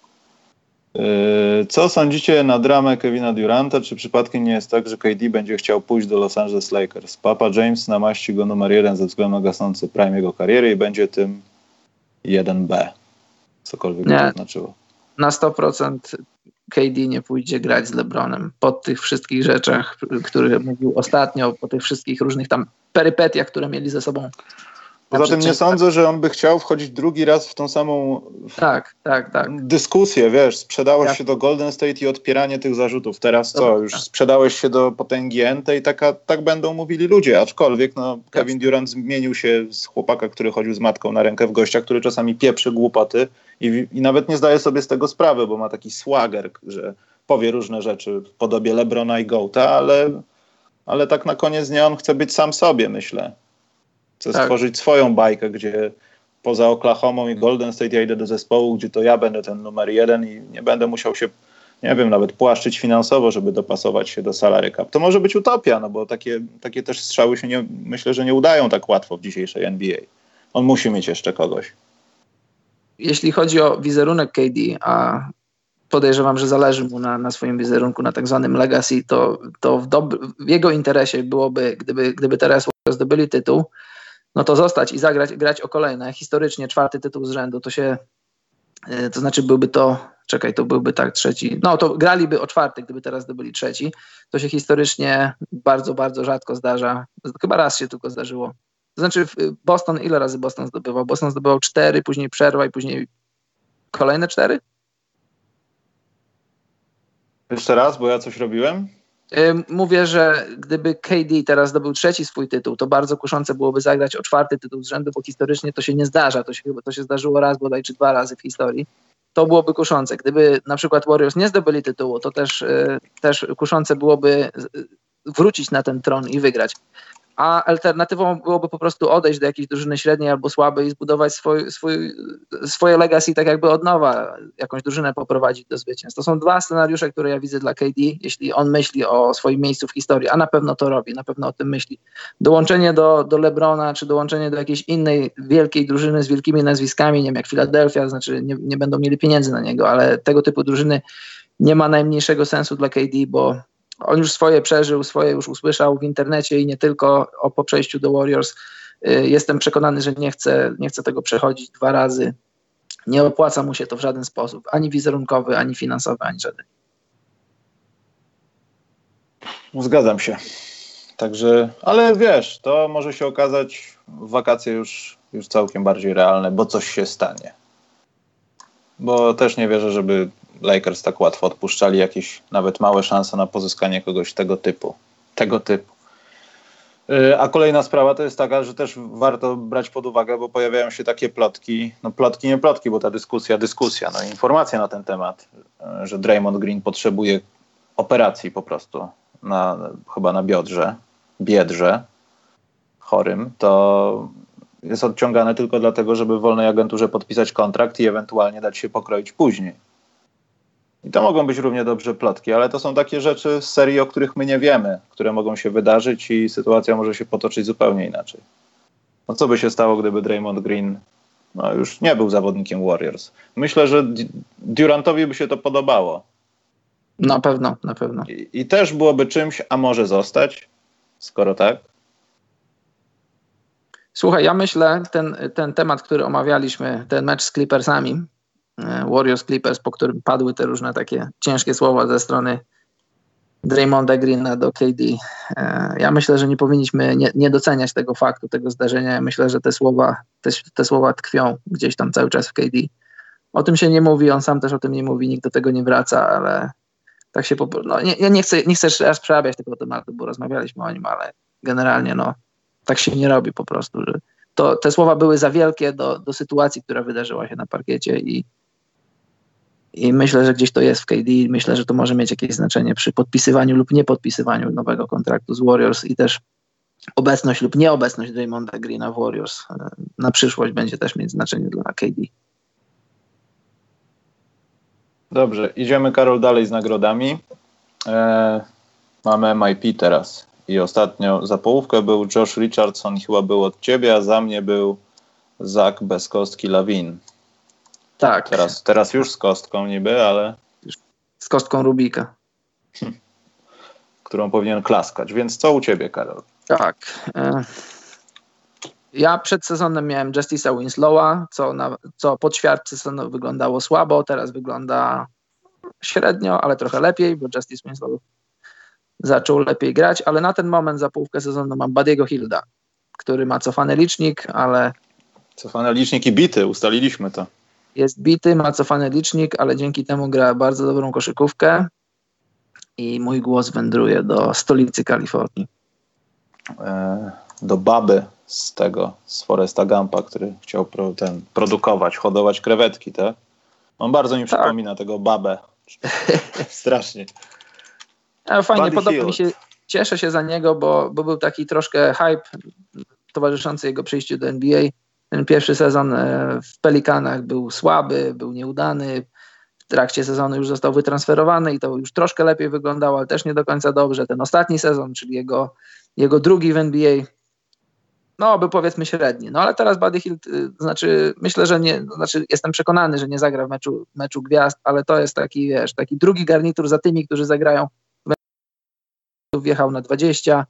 Yy, co sądzicie na dramę Kevina Duranta? Czy przypadkiem nie jest tak, że K D będzie chciał pójść do Los Angeles Lakers? Papa James namaści go numer jeden ze względu na gasnący prime jego kariery i będzie tym jeden B. Cokolwiek nie, to znaczyło. Na sto procent K D nie pójdzie grać z LeBronem. Po tych wszystkich rzeczach, które mówił ostatnio, po tych wszystkich różnych tam perypetiach, które mieli ze sobą. Poza tym nie sądzę, że on by chciał wchodzić drugi raz w tą samą tak, tak, tak. dyskusję, wiesz, sprzedałeś tak. się do Golden State i odpieranie tych zarzutów. Teraz co, już sprzedałeś się do potęgi N T i taka, tak będą mówili ludzie, aczkolwiek no, Kevin Durant zmienił się z chłopaka, który chodził z matką na rękę w gościa, który czasami pieprzy głupoty i, i nawet nie zdaje sobie z tego sprawy, bo ma taki swagger, że powie różne rzeczy w podobie LeBrona i Goata, ale, ale tak na koniec dnia on chce być sam sobie, myślę. Chcę tak. stworzyć swoją bajkę, gdzie poza Oklahomą i Golden State ja idę do zespołu, gdzie to ja będę ten numer jeden i nie będę musiał się, nie wiem, nawet płaszczyć finansowo, żeby dopasować się do salary cap. To może być utopia, no bo takie, takie też strzały się nie, myślę, że nie udają tak łatwo w dzisiejszej N B A. On musi mieć jeszcze kogoś. Jeśli chodzi o wizerunek K D, a podejrzewam, że zależy mu na, na swoim wizerunku, na tak zwanym legacy, to, to w, dob- w jego interesie byłoby, gdyby, gdyby teraz zdobyli tytuł, no to zostać i zagrać, grać o kolejne. Historycznie czwarty tytuł z rzędu, to się, to znaczy byłby to, czekaj, to byłby tak trzeci, no to graliby o czwarty, gdyby teraz zdobyli trzeci. To się historycznie bardzo, bardzo rzadko zdarza. Chyba raz się tylko zdarzyło. To znaczy Boston, ile razy Boston zdobywał? Boston zdobywał cztery, później przerwa i później kolejne cztery? Jeszcze raz, bo ja coś robiłem? Mówię, że gdyby K D teraz zdobył trzeci swój tytuł, to bardzo kuszące byłoby zagrać o czwarty tytuł z rzędu, bo historycznie to się nie zdarza. To się, to się zdarzyło raz bodaj czy dwa razy w historii. To byłoby kuszące. Gdyby na przykład Warriors nie zdobyli tytułu, to też, też kuszące byłoby wrócić na ten tron i wygrać. A alternatywą byłoby po prostu odejść do jakiejś drużyny średniej albo słabej i zbudować swój, swój, swoje legacy tak jakby od nowa, jakąś drużynę poprowadzić do zwycięstw. To są dwa scenariusze, które ja widzę dla K D, jeśli on myśli o swoim miejscu w historii, a na pewno to robi, na pewno o tym myśli. Dołączenie do, do LeBrona, czy dołączenie do jakiejś innej wielkiej drużyny z wielkimi nazwiskami, nie wiem, jak Philadelphia, znaczy nie, nie będą mieli pieniędzy na niego, ale tego typu drużyny nie ma najmniejszego sensu dla K D, bo on już swoje przeżył, swoje już usłyszał w internecie i nie tylko o po przejściu do Warriors. Jestem przekonany, że nie chce, nie chce tego przechodzić dwa razy. Nie opłaca mu się to w żaden sposób. Ani wizerunkowy, ani finansowy, ani żaden. Zgadzam się. Także, ale wiesz, to może się okazać w wakacje już, już całkiem bardziej realne, bo coś się stanie. Bo też nie wierzę, żeby Lakers tak łatwo odpuszczali jakieś nawet małe szanse na pozyskanie kogoś tego typu. Tego typu. Yy, a kolejna sprawa to jest taka, że też warto brać pod uwagę, bo pojawiają się takie plotki, no plotki nie plotki, bo ta dyskusja, dyskusja, no informacja na ten temat, yy, że Draymond Green potrzebuje operacji po prostu, na, chyba na biodrze, biedrze chorym, to jest odciągane tylko dlatego, żeby w wolnej agenturze podpisać kontrakt i ewentualnie dać się pokroić później. I to mogą być równie dobrze plotki, ale to są takie rzeczy z serii, o których my nie wiemy, które mogą się wydarzyć i sytuacja może się potoczyć zupełnie inaczej. No co by się stało, gdyby Draymond Green no, już nie był zawodnikiem Warriors? Myślę, że Durantowi by się to podobało. Na pewno, na pewno. I, i też byłoby czymś, a może zostać, skoro tak? Słuchaj, ja myślę, ten, ten temat, który omawialiśmy, ten mecz z Clippersami, Warriors Clippers, po którym padły te różne takie ciężkie słowa ze strony Draymonda Greena do K D. Ja myślę, że nie powinniśmy nie, nie doceniać tego faktu, tego zdarzenia. Ja myślę, że te słowa, te, te słowa tkwią gdzieś tam cały czas w K D. O tym się nie mówi, on sam też o tym nie mówi, nikt do tego nie wraca, ale tak się po prostu... No, nie, ja nie chcę, nie chcę jeszcze raz przerabiać tego tematu, bo rozmawialiśmy o nim, ale generalnie no, tak się nie robi po prostu, że to, te słowa były za wielkie do, do sytuacji, która wydarzyła się na parkiecie i I myślę, że gdzieś to jest w K D. Myślę, że to może mieć jakieś znaczenie przy podpisywaniu lub niepodpisywaniu nowego kontraktu z Warriors i też obecność lub nieobecność Draymonda Greena w Warriors na przyszłość będzie też mieć znaczenie dla K D. Dobrze, idziemy, Karol, dalej z nagrodami. Eee, mamy M I P teraz i ostatnio za połówkę był Josh Richardson, chyba był od ciebie, a za mnie był Zach bez kostki Lawin. Tak. Teraz, teraz już z kostką niby, ale... Z kostką Rubika. Którą powinien klaskać. Więc co u ciebie, Karol? Tak. Ja przed sezonem miałem Justice'a Winslowa, co, na, co po ćwiartce sezonu wyglądało słabo, teraz wygląda średnio, ale trochę lepiej, bo Justice Winslow zaczął lepiej grać, ale na ten moment za połówkę sezonu mam Buddy'ego Hielda, który ma cofany licznik, ale... Cofany licznik i bity, ustaliliśmy to. Jest bity, ma cofany licznik, ale dzięki temu gra bardzo dobrą koszykówkę i mój głos wędruje do stolicy Kalifornii. E, do baby z tego, z Foresta Gumpa, który chciał pro, ten, produkować, hodować krewetki, tak? On bardzo mi przypomina tak. tego babę. Strasznie. Ale fajnie, Buddy podoba Hield. mi się, cieszę się za niego, bo, bo był taki troszkę hype towarzyszący jego przyjściu do N B A. Ten pierwszy sezon w Pelikanach był słaby, był nieudany. W trakcie sezonu już został wytransferowany i to już troszkę lepiej wyglądało, ale też nie do końca dobrze. Ten ostatni sezon, czyli jego, jego drugi w N B A, no był powiedzmy średni. No ale teraz Buddy Hield, y, znaczy myślę, że nie, znaczy jestem przekonany, że nie zagra w meczu, meczu gwiazd, ale to jest taki, wiesz, taki drugi garnitur za tymi, którzy zagrają w meczu. Wjechał na dwadzieścia,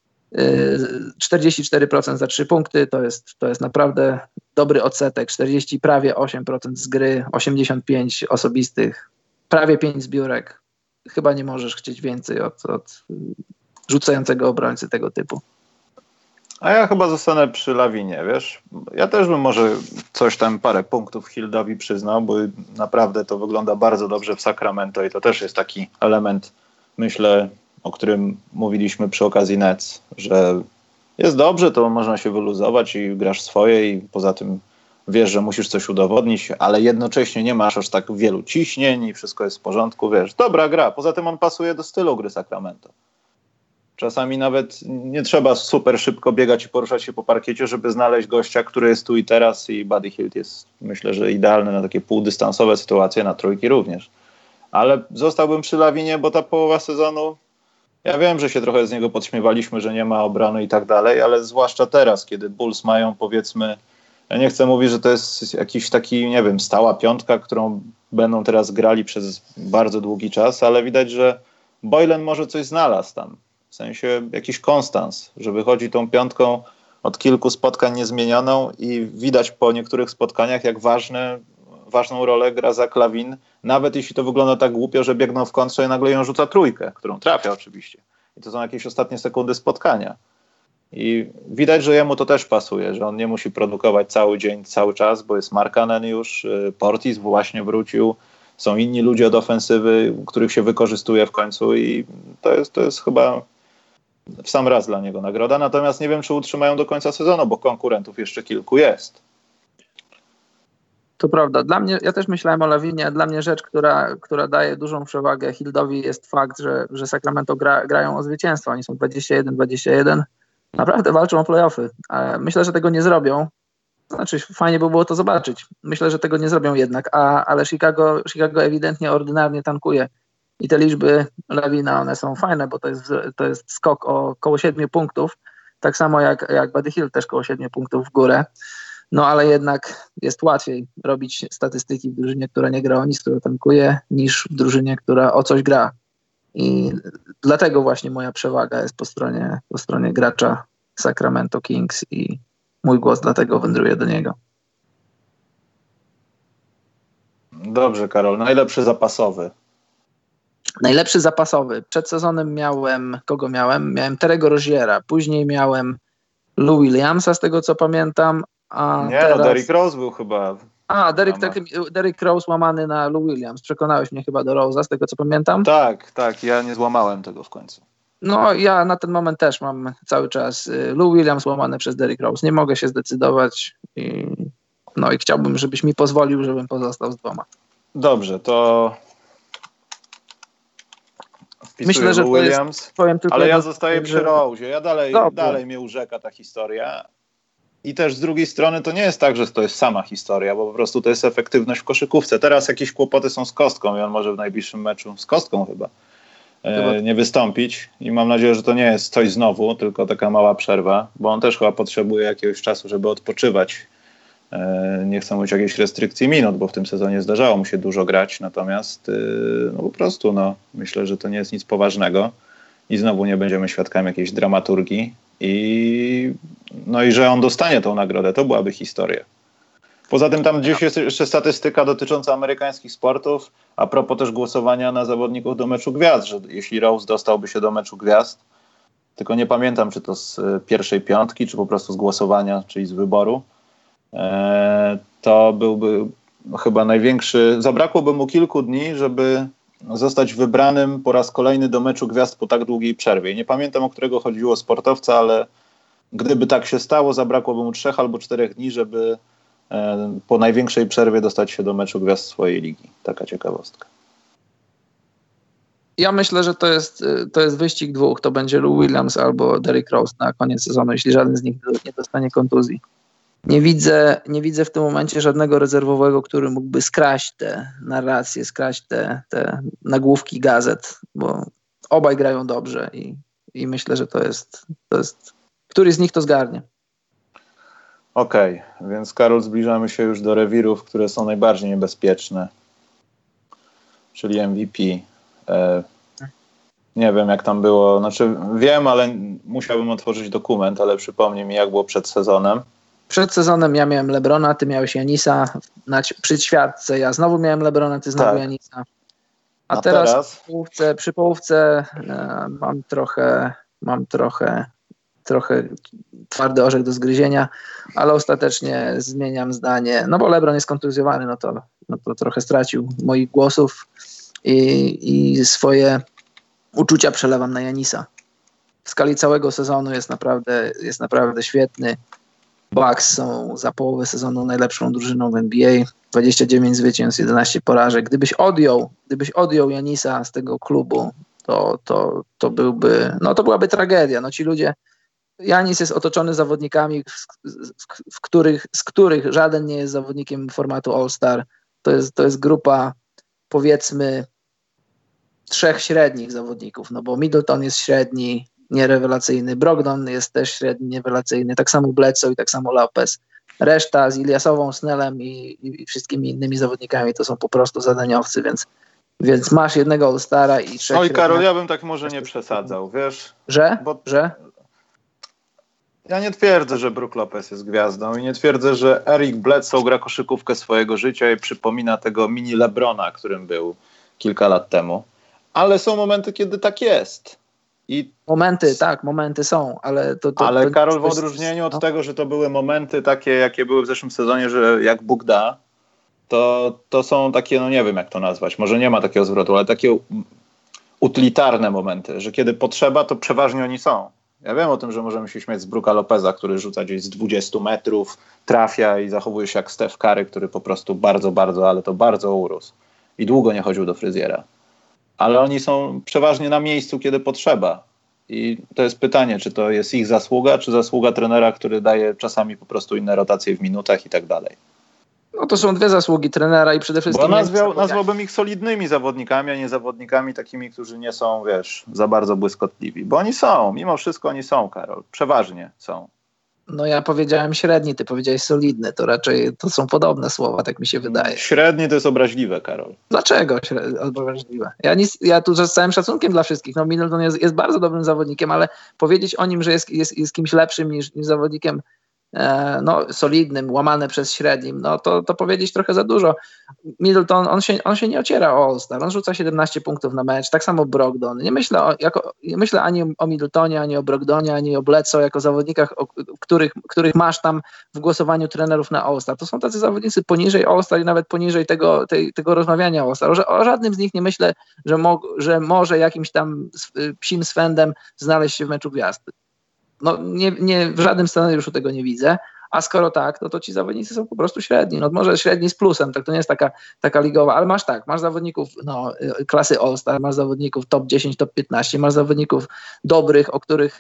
y, czterdzieści cztery procent za trzy punkty, to jest, to jest naprawdę dobry odsetek, czterdzieści prawie osiem procent z gry, osiemdziesiąt pięć osobistych, prawie pięć zbiórek. Chyba nie możesz chcieć więcej od, od rzucającego obrońcy tego typu. A ja chyba zostanę przy Lavinie, wiesz. Ja też bym może coś tam, parę punktów Hieldowi przyznał, bo naprawdę to wygląda bardzo dobrze w Sacramento i to też jest taki element, myślę, o którym mówiliśmy przy okazji Nets, że jest dobrze, to można się wyluzować i grasz swoje i poza tym wiesz, że musisz coś udowodnić, ale jednocześnie nie masz aż tak wielu ciśnień i wszystko jest w porządku, wiesz. Dobra gra, poza tym on pasuje do stylu gry Sacramento. Czasami nawet nie trzeba super szybko biegać i poruszać się po parkiecie, żeby znaleźć gościa, który jest tu i teraz i Buddy Hield jest, myślę, że idealny na takie półdystansowe sytuacje, na trójki również. Ale zostałbym przy Lavinie, bo ta połowa sezonu, ja wiem, że się trochę z niego podśmiewaliśmy, że nie ma obrony i tak dalej, ale zwłaszcza teraz, kiedy Bulls mają, powiedzmy, ja nie chcę mówić, że to jest jakiś taki, nie wiem, stała piątka, którą będą teraz grali przez bardzo długi czas, ale widać, że Boylen może coś znalazł tam. W sensie jakiś konstans, że wychodzi tą piątką od kilku spotkań niezmienioną i widać po niektórych spotkaniach, jak ważne, ważną rolę gra Zach LaVine, nawet jeśli to wygląda tak głupio, że biegną w kontrze i nagle ją rzuca trójkę, którą trafia oczywiście. I to są jakieś ostatnie sekundy spotkania. I widać, że jemu to też pasuje, że on nie musi produkować cały dzień, cały czas, bo jest Markkanen już, Portis właśnie wrócił, są inni ludzie od ofensywy, których się wykorzystuje w końcu i to jest, to jest chyba w sam raz dla niego nagroda. Natomiast nie wiem, czy utrzymają do końca sezonu, bo konkurentów jeszcze kilku jest. To prawda. Dla mnie, ja też myślałem o Lavinie, a dla mnie rzecz, która, która daje dużą przewagę Hieldowi jest fakt, że, że Sacramento gra, grają o zwycięstwo. Oni są dwadzieścia jeden dwadzieścia jeden. Naprawdę walczą o play-offy. Myślę, że tego nie zrobią. Znaczy, fajnie by było to zobaczyć. Myślę, że tego nie zrobią jednak, a, ale Chicago, Chicago ewidentnie ordynarnie tankuje. I te liczby Lavina, one są fajne, bo to jest, to jest skok o około siedmiu punktów. Tak samo jak, jak Buddy Hield, też około siedmiu punktów w górę. No ale jednak jest łatwiej robić statystyki w drużynie, która nie gra o nic, która tankuje, niż w drużynie, która o coś gra. I dlatego właśnie moja przewaga jest po stronie, po stronie gracza Sacramento Kings i mój głos dlatego wędruje do niego. Dobrze, Karol. Najlepszy zapasowy. Najlepszy zapasowy. Przed sezonem miałem, kogo miałem? Miałem Terry'ego Roziera. Później miałem Lou Williamsa, z tego co pamiętam. A nie, teraz... no Derrick Rose był chyba... A, Derrick, tak, Derrick Rose łamany na Lou Williams. Przekonałeś mnie chyba do Rose'a, z tego co pamiętam. Tak, tak. Ja nie złamałem tego w końcu. No ja na ten moment też mam cały czas Lou Williams łamany przez Derrick Rose. Nie mogę się zdecydować i, no i chciałbym, żebyś mi pozwolił, żebym pozostał z dwoma. Dobrze, to wpisuję myślę, że Lou Williams, jest, powiem tylko ale ja zostaję przy Rose. Ja dalej, dalej mnie urzeka ta historia. I też z drugiej strony to nie jest tak, że to jest sama historia, bo po prostu to jest efektywność w koszykówce. Teraz jakieś kłopoty są z Kostką i on może w najbliższym meczu, z Kostką chyba, e, nie wystąpić. I mam nadzieję, że to nie jest coś znowu, tylko taka mała przerwa, bo on też chyba potrzebuje jakiegoś czasu, żeby odpoczywać. E, nie chcę mówić o jakiejś restrykcji minut, bo w tym sezonie zdarzało mu się dużo grać, natomiast e, no po prostu no, myślę, że to nie jest nic poważnego i znowu nie będziemy świadkami jakiejś dramaturgii. I, no i że on dostanie tą nagrodę, to byłaby historia. Poza tym tam gdzieś jest jeszcze statystyka dotycząca amerykańskich sportów, a propos też głosowania na zawodników do meczu gwiazd, że jeśli Rose dostałby się do meczu gwiazd, tylko nie pamiętam, czy to z pierwszej piątki, czy po prostu z głosowania, czyli z wyboru, e, to byłby chyba największy, zabrakłoby mu kilku dni, żeby zostać wybranym po raz kolejny do meczu gwiazd po tak długiej przerwie. Nie pamiętam, o którego chodziło sportowca, ale gdyby tak się stało, zabrakłoby mu trzech albo czterech dni, żeby e, po największej przerwie dostać się do meczu gwiazd swojej ligi. Taka ciekawostka. Ja myślę, że to jest, to jest wyścig dwóch. To będzie Lou Williams albo Derrick Rose na koniec sezonu, jeśli żaden z nich nie dostanie kontuzji. Nie widzę, nie widzę w tym momencie żadnego rezerwowego, który mógłby skraść te narracje, skraść te, te nagłówki gazet, bo obaj grają dobrze i, i myślę, że to jest, to jest... Któryś z nich to zgarnie. Okej, okay, więc Karol, zbliżamy się już do rewirów, które są najbardziej niebezpieczne, czyli M V P. E, nie wiem, jak tam było, znaczy wiem, ale musiałbym otworzyć dokument, ale przypomnij mi, jak było przed sezonem. Przed sezonem ja miałem LeBrona, ty miałeś Janisa, na, przy ćwiartce ja znowu miałem LeBrona, ty znowu tak. Janisa. A, A teraz, teraz? Przy połówce, przy połówce e, mam trochę, mam trochę, trochę twardy orzech do zgryzienia, ale ostatecznie zmieniam zdanie, no bo LeBron jest kontuzjowany, no to, no to trochę stracił moich głosów i, i swoje uczucia przelewam na Janisa. W skali całego sezonu jest naprawdę, jest naprawdę świetny. Bucks są za połowę sezonu najlepszą drużyną w N B A. dwadzieścia dziewięć zwycięstw, jedenaście porażek. Gdybyś odjął, gdybyś odjął Janisa z tego klubu, to, to, to byłby, no to byłaby tragedia. No ci ludzie, Janis jest otoczony zawodnikami, w, w, w których, z których żaden nie jest zawodnikiem formatu All-Star. To jest, to jest grupa, powiedzmy, trzech średnich zawodników, no bo Middleton jest średni, nierewelacyjny, Brogdon jest też średni, nierewelacyjny, tak samo Bledsoe i tak samo Lopez. Reszta z Iliasową, Snellem i, i wszystkimi innymi zawodnikami to są po prostu zadaniowcy, więc, więc masz jednego All-Stara i trzech... Oj Karol, ja bym tak może nie przesadzał, wiesz? Że? Bo... Że? Ja nie twierdzę, że Brook Lopez jest gwiazdą i nie twierdzę, że Eric Bledsoe gra koszykówkę swojego życia i przypomina tego mini LeBrona, którym był kilka lat temu. Ale są momenty, kiedy tak jest. I... Momenty, tak, momenty są, ale to... to ale to, Karol, to, w odróżnieniu od no. tego, że to były momenty takie, jakie były w zeszłym sezonie, że jak Bóg da, to, to są takie, no nie wiem jak to nazwać, może nie ma takiego zwrotu, ale takie utylitarne momenty, że kiedy potrzeba, to przeważnie oni są. Ja wiem o tym, że możemy się śmiać z Brooka Lopeza, który rzuca gdzieś z dwudziestu metrów, trafia i zachowuje się jak Steph Curry, który po prostu bardzo, bardzo, ale to bardzo urósł. I długo nie chodził do fryzjera. Ale oni są przeważnie na miejscu, kiedy potrzeba. I to jest pytanie, czy to jest ich zasługa, czy zasługa trenera, który daje czasami po prostu inne rotacje w minutach i tak dalej. No to są dwie zasługi trenera i przede wszystkim... Bo nazwał, nazwałbym ich solidnymi zawodnikami, a nie zawodnikami takimi, którzy nie są, wiesz, za bardzo błyskotliwi. Bo oni są, mimo wszystko oni są, Karol. Przeważnie są. No ja powiedziałem średni, ty powiedziałeś solidny. To raczej to są podobne słowa, tak mi się wydaje. Średni to jest obraźliwe, Karol. Dlaczego obraźliwe? Ja, nic, ja tu z całym szacunkiem dla wszystkich. No Middleton jest, jest bardzo dobrym zawodnikiem, ale powiedzieć o nim, że jest, jest, jest kimś lepszym niż, niż zawodnikiem no, solidnym, łamane przez średnim, no to, to powiedzieć trochę za dużo. Middleton, on się, on się nie ociera o All-Star, on rzuca siedemnaście punktów na mecz, tak samo Brogdon. Nie myślę, o, jako, nie myślę ani o Middletonie, ani o Brogdonie, ani o Bledsoe jako zawodnikach, o, których, których masz tam w głosowaniu trenerów na All-Star. To są tacy zawodnicy poniżej All-Star i nawet poniżej tego, tej, tego rozmawiania o All-Star. O, o żadnym z nich nie myślę, że, mo, że może jakimś tam psim swędem znaleźć się w meczu gwiazd. No nie, nie, w żadnym scenariuszu tego nie widzę, a skoro tak, no to ci zawodnicy są po prostu średni. No może średni z plusem, tak to nie jest taka, taka ligowa, ale masz tak, masz zawodników no, klasy All-Star, masz zawodników top dziesięć, top piętnaście, masz zawodników dobrych, o których,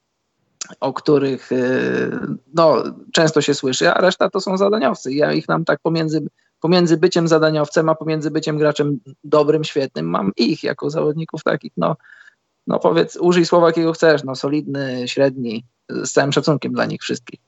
o których no, często się słyszy, a reszta to są zadaniowcy. Ja ich nam tak pomiędzy, pomiędzy byciem zadaniowcem, a pomiędzy byciem graczem dobrym, świetnym, mam ich jako zawodników takich, no no powiedz, użyj słowa jakiego chcesz, no solidny, średni, z całym szacunkiem dla nich wszystkich.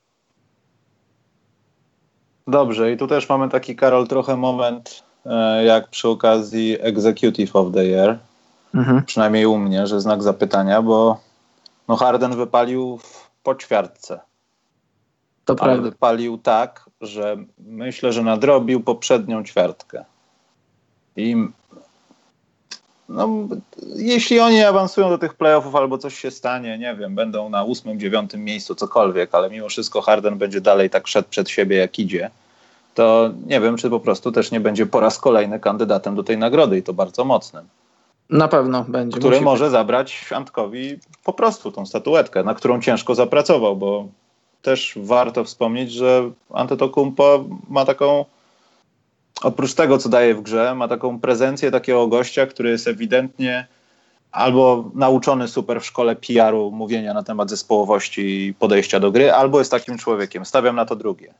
Dobrze, i tu też mamy taki, Karol, trochę moment e, jak przy okazji Executive of the Year, mhm. przynajmniej u mnie, że znak zapytania, bo no Harden wypalił w poćwiartce. To ale prawda. Wypalił tak, że myślę, że nadrobił poprzednią ćwiartkę. I no, jeśli oni awansują do tych playoffów albo coś się stanie, nie wiem, będą na ósmym, dziewiątym miejscu, cokolwiek, ale mimo wszystko Harden będzie dalej tak szedł przed siebie jak idzie, to nie wiem, czy po prostu też nie będzie po raz kolejny kandydatem do tej nagrody i to bardzo mocnym. Na pewno będzie. Który może być. zabrać Antkowi po prostu tą statuetkę, na którą ciężko zapracował, bo też warto wspomnieć, że Antetokounmpo ma taką, oprócz tego, co daje w grze, ma taką prezencję takiego gościa, który jest ewidentnie albo nauczony super w szkole P R u mówienia na temat zespołowości i podejścia do gry, albo jest takim człowiekiem. Stawiam na to drugie.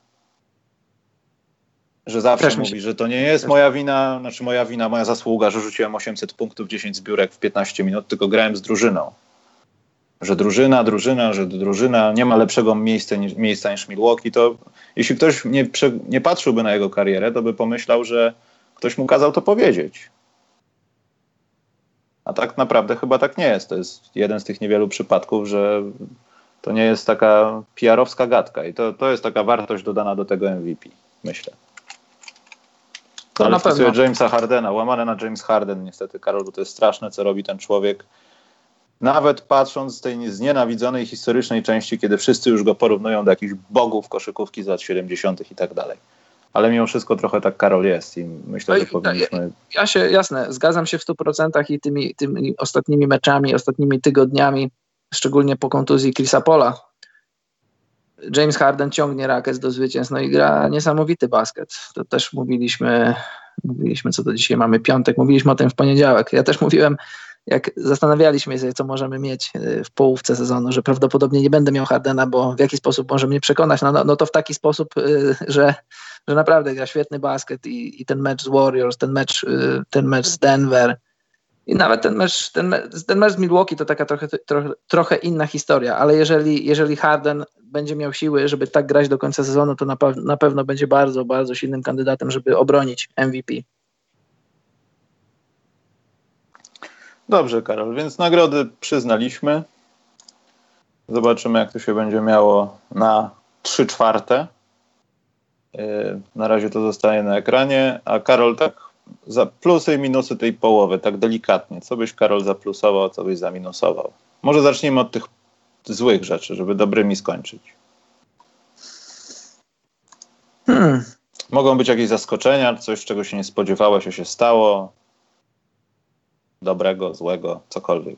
Że zawsze Też mówi, że to nie jest Też. moja wina, znaczy moja wina, moja zasługa, że rzuciłem osiemset punktów, dziesięć zbiórek w piętnaście minut, tylko grałem z drużyną. że drużyna, drużyna, że drużyna, nie ma lepszego miejsca niż, miejsca niż Milwaukee, to jeśli ktoś nie, nie patrzyłby na jego karierę, to by pomyślał, że ktoś mu kazał to powiedzieć. A tak naprawdę chyba tak nie jest. To jest jeden z tych niewielu przypadków, że to nie jest taka P R-owska gadka i to, to jest taka wartość dodana do tego M V P, myślę. To ale na wpisuję pewno. Jamesa Hardena, łamane na James Harden niestety, Karol, bo to jest straszne, co robi ten człowiek. Nawet patrząc z tej znienawidzonej historycznej części, kiedy wszyscy już go porównują do jakichś bogów koszykówki z lat siedemdziesiątych i tak dalej. Ale mimo wszystko trochę tak Karol jest i myślę, że powinniśmy... Ja, ja się, jasne, zgadzam się w stu procentach i tymi, tymi ostatnimi meczami, ostatnimi tygodniami, szczególnie po kontuzji Chrisa Paula, James Harden ciągnie rakiet do zwycięstw, no i gra niesamowity basket. To też mówiliśmy, mówiliśmy co do dzisiaj mamy piątek, mówiliśmy o tym w poniedziałek. Ja też mówiłem, jak zastanawialiśmy się, co możemy mieć w połówce sezonu, że prawdopodobnie nie będę miał Hardena, bo w jaki sposób może mnie przekonać, no, no, no to w taki sposób, że, że naprawdę gra świetny basket i, i ten mecz z Warriors, ten mecz, ten mecz z Denver i nawet ten mecz, ten, ten mecz z Milwaukee to taka trochę, trochę, trochę inna historia, ale jeżeli, jeżeli Harden będzie miał siły, żeby tak grać do końca sezonu, to na, pe- na pewno będzie bardzo, bardzo silnym kandydatem, żeby obronić M V P. Dobrze, Karol, więc nagrody przyznaliśmy. Zobaczymy, jak to się będzie miało na trzy czwarte. Yy, na razie to zostaje na ekranie. A Karol, tak za plusy i minusy tej połowy, tak delikatnie. Co byś, Karol, zaplusował, co byś zaminusował? Może zacznijmy od tych złych rzeczy, żeby dobrymi skończyć. Hmm. Mogą być jakieś zaskoczenia, coś, czego się nie spodziewałeś, a się stało. Dobrego, złego, cokolwiek.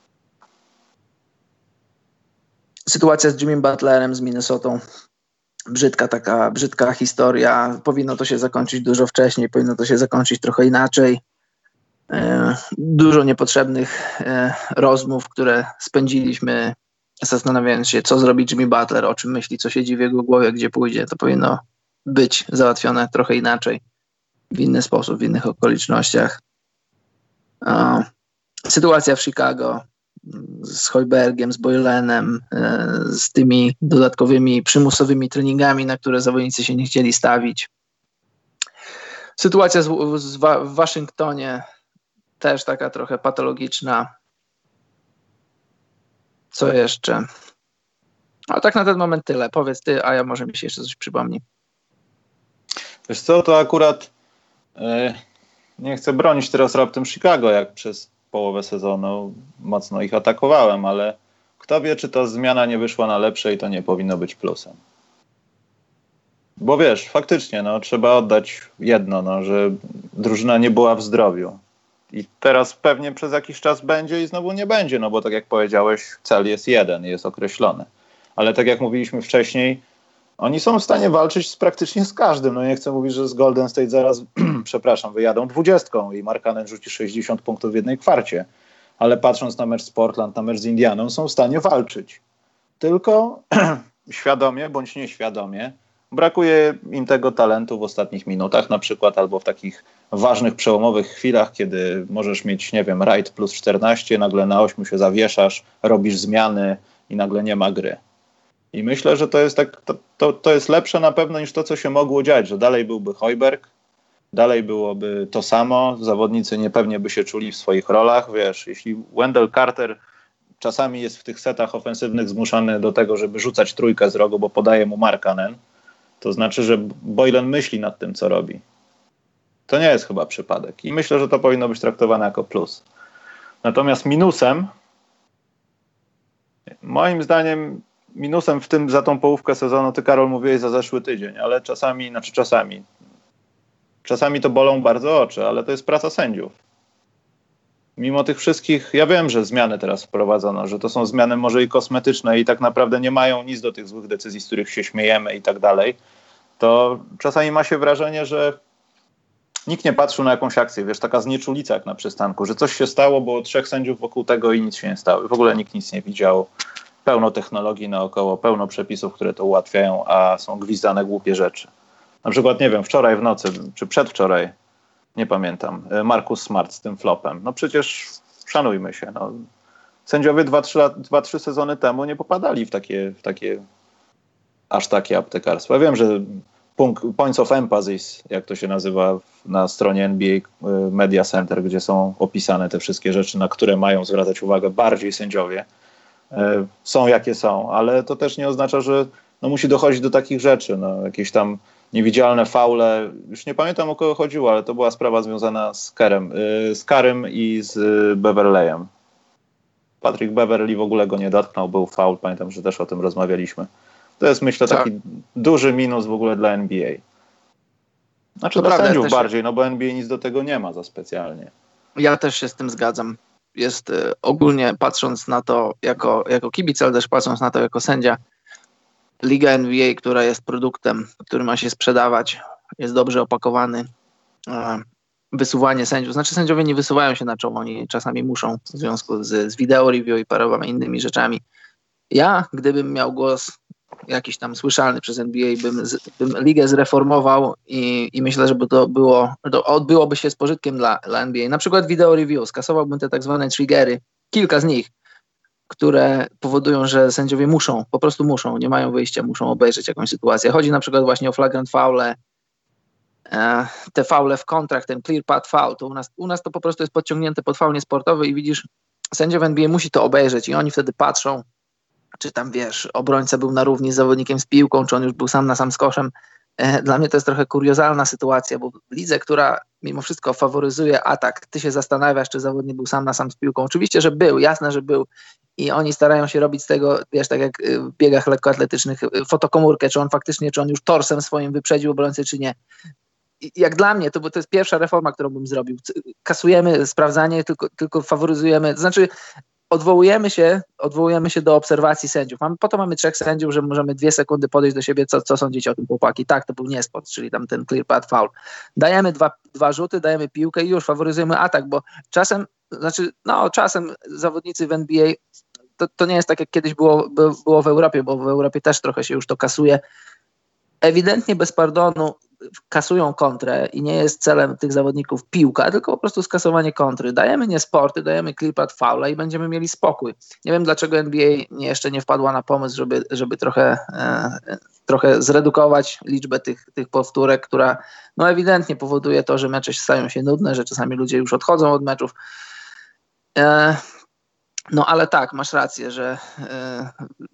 Sytuacja z Jimmy Butlerem z Minnesotą. Brzydka taka, brzydka historia. Powinno to się zakończyć dużo wcześniej, powinno to się zakończyć trochę inaczej. E, dużo niepotrzebnych e, rozmów, które spędziliśmy, zastanawiając się, co zrobi Jimmy Butler, o czym myśli, co siedzi w jego głowie, gdzie pójdzie. To powinno być załatwione trochę inaczej, w inny sposób, w innych okolicznościach. E, sytuacja w Chicago z Hoibergiem, z Boylenem, e, z tymi dodatkowymi przymusowymi treningami, na które zawodnicy się nie chcieli stawić. Sytuacja z, z wa- w Waszyngtonie też taka trochę patologiczna. Co jeszcze? A tak na ten moment tyle. Powiedz ty, a ja może mi się jeszcze coś przypomni. Wiesz co, to akurat yy, nie chcę bronić teraz raptem Chicago, jak przez połowę sezonu mocno ich atakowałem, ale kto wie, czy ta zmiana nie wyszła na lepsze i to nie powinno być plusem. Bo wiesz, faktycznie, no, trzeba oddać jedno, no, że drużyna nie była w zdrowiu. I teraz pewnie przez jakiś czas będzie i znowu nie będzie, no bo tak jak powiedziałeś, cel jest jeden, jest określony. Ale tak jak mówiliśmy wcześniej, oni są w stanie walczyć z praktycznie z każdym. No nie chcę mówić, że z Golden State zaraz, przepraszam, wyjadą dwudziestką i Markkanen rzuci sześćdziesiąt punktów w jednej kwarcie. Ale patrząc na mecz z Portland, na mecz z Indianą, są w stanie walczyć. Tylko świadomie bądź nieświadomie brakuje im tego talentu w ostatnich minutach na przykład, albo w takich ważnych, przełomowych chwilach, kiedy możesz mieć, nie wiem, rajd plus czternaście, nagle na ośmiu się zawieszasz, robisz zmiany i nagle nie ma gry. I myślę, że to jest, tak, to, to, to jest lepsze na pewno niż to, co się mogło dziać, że dalej byłby Hoiberg, dalej byłoby to samo, zawodnicy niepewnie by się czuli w swoich rolach, wiesz, jeśli Wendell Carter czasami jest w tych setach ofensywnych zmuszany do tego, żeby rzucać trójkę z rogu, bo podaje mu Markkanen, to znaczy, że Boylen myśli nad tym, co robi. To nie jest chyba przypadek i myślę, że to powinno być traktowane jako plus. Natomiast minusem, moim zdaniem minusem w tym za tą połówkę sezonu, ty, Karol, mówiłeś za zeszły tydzień, ale czasami, znaczy czasami, czasami to bolą bardzo oczy, ale to jest praca sędziów. Mimo tych wszystkich, ja wiem, że zmiany teraz wprowadzono, że to są zmiany może i kosmetyczne i tak naprawdę nie mają nic do tych złych decyzji, z których się śmiejemy i tak dalej, to czasami ma się wrażenie, że nikt nie patrzył na jakąś akcję, wiesz, taka znieczulica jak na przystanku, że coś się stało, było trzech sędziów wokół tego i nic się nie stało. W ogóle nikt nic nie widział. Pełno technologii naokoło, pełno przepisów, które to ułatwiają, a są gwizdane głupie rzeczy. Na przykład, nie wiem, wczoraj w nocy, czy przedwczoraj, nie pamiętam, Marcus Smart z tym flopem. No przecież szanujmy się, no. sędziowie dwa trzy sezony temu nie popadali w takie, w takie aż takie aptekarstwo. Ja wiem, że punkt, points of emphasis, jak to się nazywa na stronie N B A Media Center, gdzie są opisane te wszystkie rzeczy, na które mają zwracać uwagę bardziej sędziowie, są jakie są, ale to też nie oznacza, że no, musi dochodzić do takich rzeczy, no, jakieś tam niewidzialne faule. Już nie pamiętam, o kogo chodziło, ale to była sprawa związana z Kerem, z Karym i z Beverleyem. Patrick Beverley w ogóle go nie dotknął, był faul, pamiętam, że też o tym rozmawialiśmy. To jest, myślę, taki tak. duży minus w ogóle dla N B A. Znaczy to dla prawda, sędziów bardziej, no bo N B A nic do tego nie ma za specjalnie. Ja też się z tym zgadzam. Jest y, ogólnie patrząc na to jako, jako kibic, ale też patrząc na to jako sędzia, Liga N B A, która jest produktem, który ma się sprzedawać, jest dobrze opakowany. Y, wysuwanie sędziów, znaczy sędziowie nie wysuwają się na czoło, oni czasami muszą w związku z, z video review i paroma innymi rzeczami. Ja, gdybym miał głos jakiś tam słyszalny przez N B A, bym, z, bym ligę zreformował i, i myślę, że by to było, to odbyłoby się z pożytkiem dla, dla N B A. Na przykład video review, skasowałbym te tak zwane triggery, kilka z nich, które powodują, że sędziowie muszą, po prostu muszą, nie mają wyjścia, muszą obejrzeć jakąś sytuację. Chodzi na przykład właśnie o flagrant foule, e, te faule w kontrach, ten clear path foul, to u nas, u nas to po prostu jest podciągnięte pod faul niesportowy i widzisz, sędzia w N B A musi to obejrzeć i oni wtedy patrzą, czy tam, wiesz, obrońca był na równi z zawodnikiem z piłką, czy on już był sam na sam z koszem. Dla mnie to jest trochę kuriozalna sytuacja, bo w lidze, która mimo wszystko faworyzuje atak, ty się zastanawiasz, czy zawodnik był sam na sam z piłką. Oczywiście, że był, jasne, że był i oni starają się robić z tego, wiesz, tak jak w biegach lekkoatletycznych, fotokomórkę, czy on faktycznie, czy on już torsem swoim wyprzedził obrońcę, czy nie. I jak dla mnie, to, bo to jest pierwsza reforma, którą bym zrobił. Kasujemy sprawdzanie, tylko, tylko faworyzujemy, to znaczy Odwołujemy się, odwołujemy się do obserwacji sędziów. Mamy, po to mamy trzech sędziów, że możemy dwie sekundy podejść do siebie, co, co sądzicie o tym, chłopaki. Tak, to był niespot, czyli tam ten clear path foul. Dajemy dwa, dwa rzuty, dajemy piłkę i już faworyzujemy atak, bo czasem, znaczy, no czasem zawodnicy w N B A, to, to nie jest tak, jak kiedyś było, było w Europie, bo w Europie też trochę się już to kasuje. Ewidentnie bez pardonu kasują kontrę i nie jest celem tych zawodników piłka, tylko po prostu skasowanie kontry. Dajemy nie sporty, dajemy clear path foula i będziemy mieli spokój. Nie wiem, dlaczego N B A nie, jeszcze nie wpadła na pomysł, żeby, żeby trochę, e, trochę zredukować liczbę tych, tych powtórek, która no ewidentnie powoduje to, że mecze stają się nudne, że czasami ludzie już odchodzą od meczów. E, no ale tak, masz rację, że e,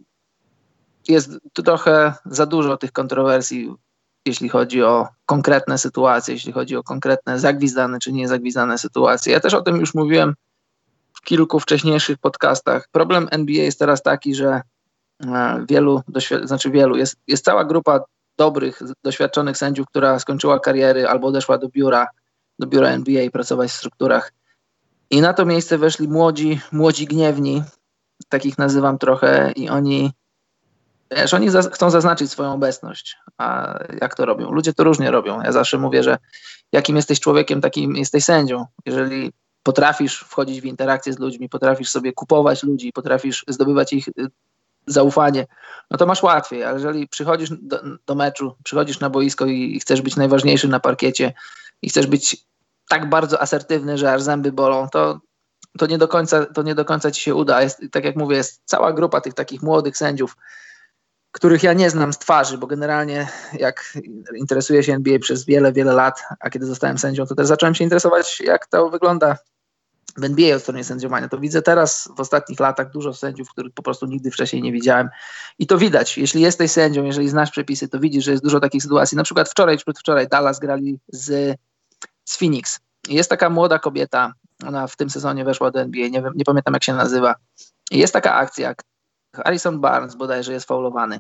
jest trochę za dużo tych kontrowersji, jeśli chodzi o konkretne sytuacje, jeśli chodzi o konkretne zagwizdane czy nie zagwizdane sytuacje. Ja też o tym już mówiłem w kilku wcześniejszych podcastach. Problem N B A jest teraz taki, że wielu, znaczy wielu, jest, jest cała grupa dobrych, doświadczonych sędziów, która skończyła kariery albo odeszła do biura, do biura N B A pracować w strukturach. I na to miejsce weszli młodzi, młodzi gniewni, takich nazywam trochę, i oni Wiesz, oni za- chcą zaznaczyć swoją obecność. A jak to robią? Ludzie to różnie robią. Ja zawsze mówię, że jakim jesteś człowiekiem, takim jesteś sędzią. Jeżeli potrafisz wchodzić w interakcję z ludźmi, potrafisz sobie kupować ludzi, potrafisz zdobywać ich zaufanie, no to masz łatwiej. Ale jeżeli przychodzisz do, do meczu, przychodzisz na boisko i, i chcesz być najważniejszy na parkiecie i chcesz być tak bardzo asertywny, że aż zęby bolą, to to nie do końca, to nie do końca ci się uda. Jest, tak jak mówię, jest cała grupa tych takich młodych sędziów, których ja nie znam z twarzy, bo generalnie jak interesuję się N B A przez wiele, wiele lat, a kiedy zostałem sędzią, to też zacząłem się interesować, jak to wygląda w N B A od strony sędziowania. To widzę teraz w ostatnich latach dużo sędziów, których po prostu nigdy wcześniej nie widziałem. I to widać. Jeśli jesteś sędzią, jeżeli znasz przepisy, to widzisz, że jest dużo takich sytuacji. Na przykład wczoraj czy przedwczoraj Dallas grali z, z Phoenix. Jest taka młoda kobieta, ona w tym sezonie weszła do N B A, nie wiem, nie pamiętam jak się nazywa. I jest taka akcja, Harrison Barnes bodajże jest faulowany.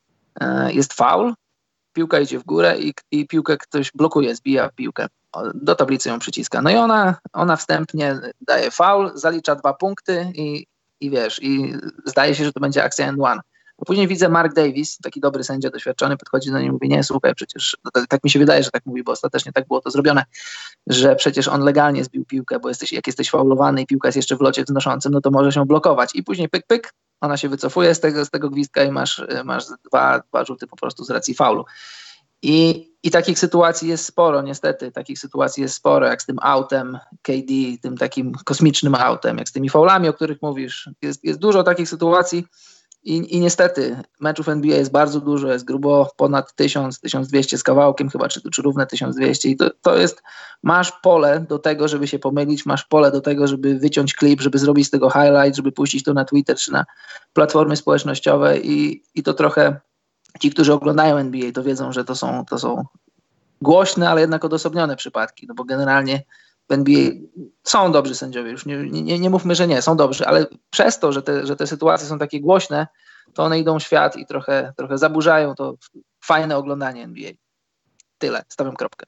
Jest faul, piłka idzie w górę i, i piłkę ktoś blokuje, zbija piłkę. Do tablicy ją przyciska. No i ona, ona wstępnie daje faul, zalicza dwa punkty i, i wiesz, i zdaje się, że to będzie akcja end one. A później widzę Mark Davis, taki dobry sędzia, doświadczony, podchodzi do niej i mówi, nie, słuchaj, przecież, tak, tak mi się wydaje, że tak mówi, bo ostatecznie tak było to zrobione, że przecież on legalnie zbił piłkę, bo jesteś, jak jesteś faulowany i piłka jest jeszcze w locie wznoszącym, no to może się blokować. I później pyk, pyk, ona się wycofuje z tego, z tego gwizdka i masz, masz dwa, dwa rzuty po prostu z racji faulu. I, I takich sytuacji jest sporo, niestety, takich sytuacji jest sporo, jak z tym autem K D, tym takim kosmicznym autem, jak z tymi faulami, o których mówisz. Jest, jest dużo takich sytuacji i, i niestety meczów N B A jest bardzo dużo, jest grubo ponad tysiąc, tysiąc dwieście z kawałkiem chyba, czy, czy równe tysiąc dwieście i to, to jest, masz pole do tego, żeby się pomylić, masz pole do tego, żeby wyciąć klip, żeby zrobić z tego highlight, żeby puścić to na Twitter, czy na platformy społecznościowe i, i to trochę ci, którzy oglądają N B A, to wiedzą, że to są, to są głośne, ale jednak odosobnione przypadki, no bo generalnie w N B A są dobrzy sędziowie, już nie, nie, nie mówmy, że nie, są dobrzy, ale przez to, że te, że te sytuacje są takie głośne, to one idą w świat i trochę, trochę zaburzają to fajne oglądanie N B A. Tyle, stawiam kropkę.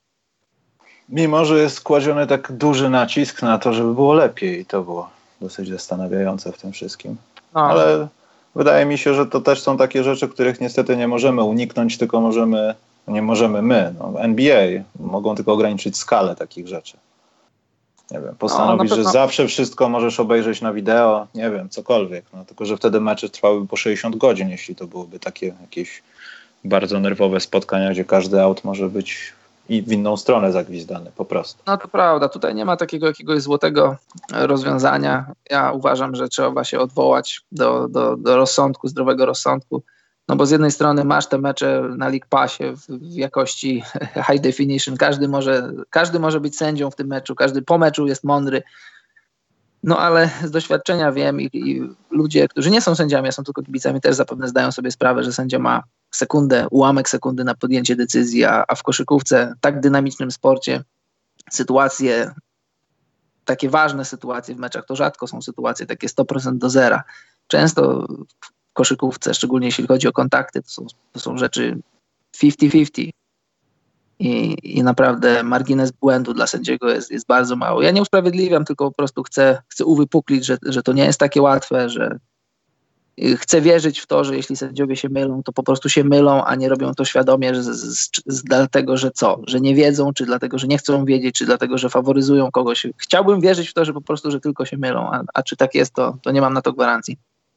Mimo, że jest kładziony tak duży nacisk na to, żeby było lepiej i to było dosyć zastanawiające w tym wszystkim. No. Ale wydaje mi się, że to też są takie rzeczy, których niestety nie możemy uniknąć, tylko możemy, nie możemy my, no, N B A, mogą tylko ograniczyć skalę takich rzeczy. Nie wiem, postanowić, no, że zawsze wszystko możesz obejrzeć na wideo, nie wiem, cokolwiek. No, tylko, że wtedy mecze trwałyby po sześćdziesiąt godzin, jeśli to byłyby takie jakieś bardzo nerwowe spotkania, gdzie każdy aut może być i w inną stronę zagwizdany po prostu. No to prawda, tutaj nie ma takiego jakiegoś złotego rozwiązania. Ja uważam, że trzeba się odwołać do, do, do rozsądku, zdrowego rozsądku. No bo z jednej strony masz te mecze na League Passie w, w jakości high definition, każdy może, każdy może być sędzią w tym meczu, każdy po meczu jest mądry, no ale z doświadczenia wiem i, i ludzie, którzy nie są sędziami, a są tylko kibicami, też zapewne zdają sobie sprawę, że sędzia ma sekundę, ułamek sekundy na podjęcie decyzji, a, a w koszykówce, tak dynamicznym sporcie, sytuacje, takie ważne sytuacje w meczach, to rzadko są sytuacje takie sto procent do zera. Często w koszykówce, szczególnie jeśli chodzi o kontakty, to są, to są rzeczy pięćdziesiąt pięćdziesiąt. I, I naprawdę margines błędu dla sędziego jest, jest bardzo mały. Ja nie usprawiedliwiam, tylko po prostu chcę, chcę uwypuklić, że, że to nie jest takie łatwe, że chcę wierzyć w to, że jeśli sędziowie się mylą, to po prostu się mylą, a nie robią to świadomie, że z, z, z, dlatego, że co? Że nie wiedzą, czy dlatego, że nie chcą wiedzieć, czy dlatego, że faworyzują kogoś. Chciałbym wierzyć w to, że po prostu, że tylko się mylą, a, a czy tak jest, to, to nie mam na to gwarancji.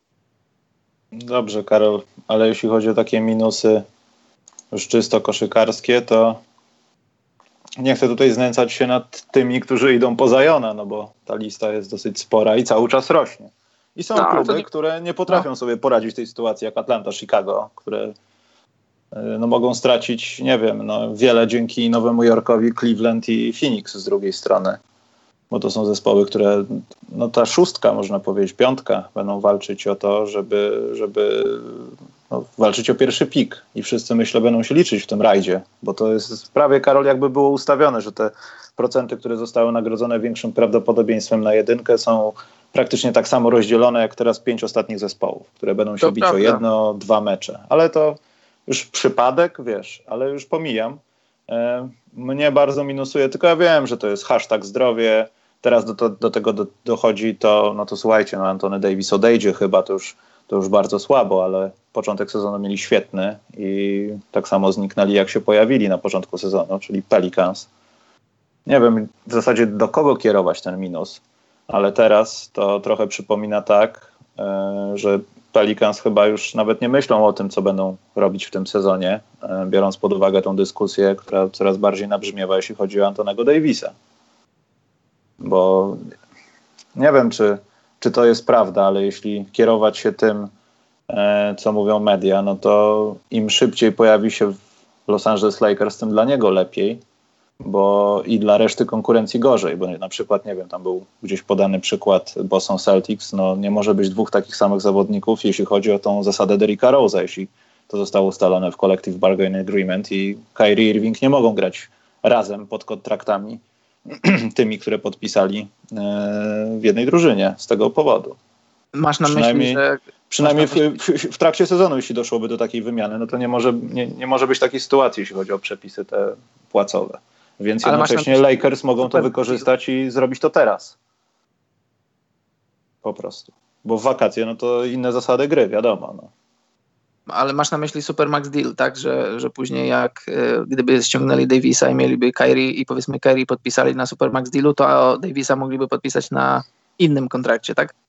Dobrze, Karol, ale jeśli chodzi o takie minusy już czysto koszykarskie, to nie chcę tutaj znęcać się nad tymi, którzy idą poza Jona, no bo ta lista jest dosyć spora i cały czas rośnie. I są no, kluby, nie... które nie potrafią no. sobie poradzić w tej sytuacji, jak Atlanta, Chicago, które no, mogą stracić, nie wiem, no, wiele dzięki Nowemu Jorkowi, Cleveland i Phoenix z drugiej strony. Bo to są zespoły, które, no ta szóstka, można powiedzieć, piątka, będą walczyć o to, żeby, żeby no, walczyć o pierwszy pik. I wszyscy, myślę, będą się liczyć w tym rajdzie, bo to jest prawie, Karol, jakby było ustawione, że te procenty, które zostały nagrodzone większym prawdopodobieństwem na jedynkę, są praktycznie tak samo rozdzielone, jak teraz pięć ostatnich zespołów, które będą się to bić prawda. o jedno, dwa mecze. Ale to już przypadek, wiesz, ale już pomijam. E, mnie bardzo minusuje, tylko ja wiem, że to jest hashtag zdrowie. Teraz do, to, do tego do, dochodzi to, no to słuchajcie, no Anthony Davis odejdzie chyba, to już, to już bardzo słabo, ale początek sezonu mieli świetny i tak samo zniknęli, jak się pojawili na początku sezonu, czyli Pelicans. Nie wiem w zasadzie do kogo kierować ten minus, ale teraz to trochę przypomina tak, yy, że Pelicans chyba już nawet nie myślą o tym, co będą robić w tym sezonie, yy, biorąc pod uwagę tą dyskusję, która coraz bardziej nabrzmiewa, jeśli chodzi o Antonego Davisa. Bo nie wiem, czy, czy to jest prawda, ale jeśli kierować się tym, e, co mówią media, no to im szybciej pojawi się w Los Angeles Lakers, tym dla niego lepiej, bo i dla reszty konkurencji gorzej, bo na przykład, nie wiem, tam był gdzieś podany przykład Boston Celtics, no nie może być dwóch takich samych zawodników, jeśli chodzi o tą zasadę Derricka Rose'a, jeśli to zostało ustalone w Collective Bargaining Agreement i Kyrie Irving nie mogą grać razem pod kontraktami tymi, które podpisali w jednej drużynie z tego powodu. Masz na myśli, że... Przynajmniej w, w, w trakcie sezonu, jeśli doszłoby do takiej wymiany, no to nie może, nie, nie może być takiej sytuacji, jeśli chodzi o przepisy te płacowe. Więc ale jednocześnie myśli, Lakers mogą to wykorzystać i zrobić to teraz. Po prostu. Bo w wakacje, no to inne zasady gry, wiadomo. No. Ale masz na myśli Supermax Deal, tak? Że, że później jak y, gdyby ściągnęli Davisa i mieliby Kyrie i powiedzmy Kyrie podpisali na Supermax Dealu, to Davisa mogliby podpisać na innym kontrakcie, tak?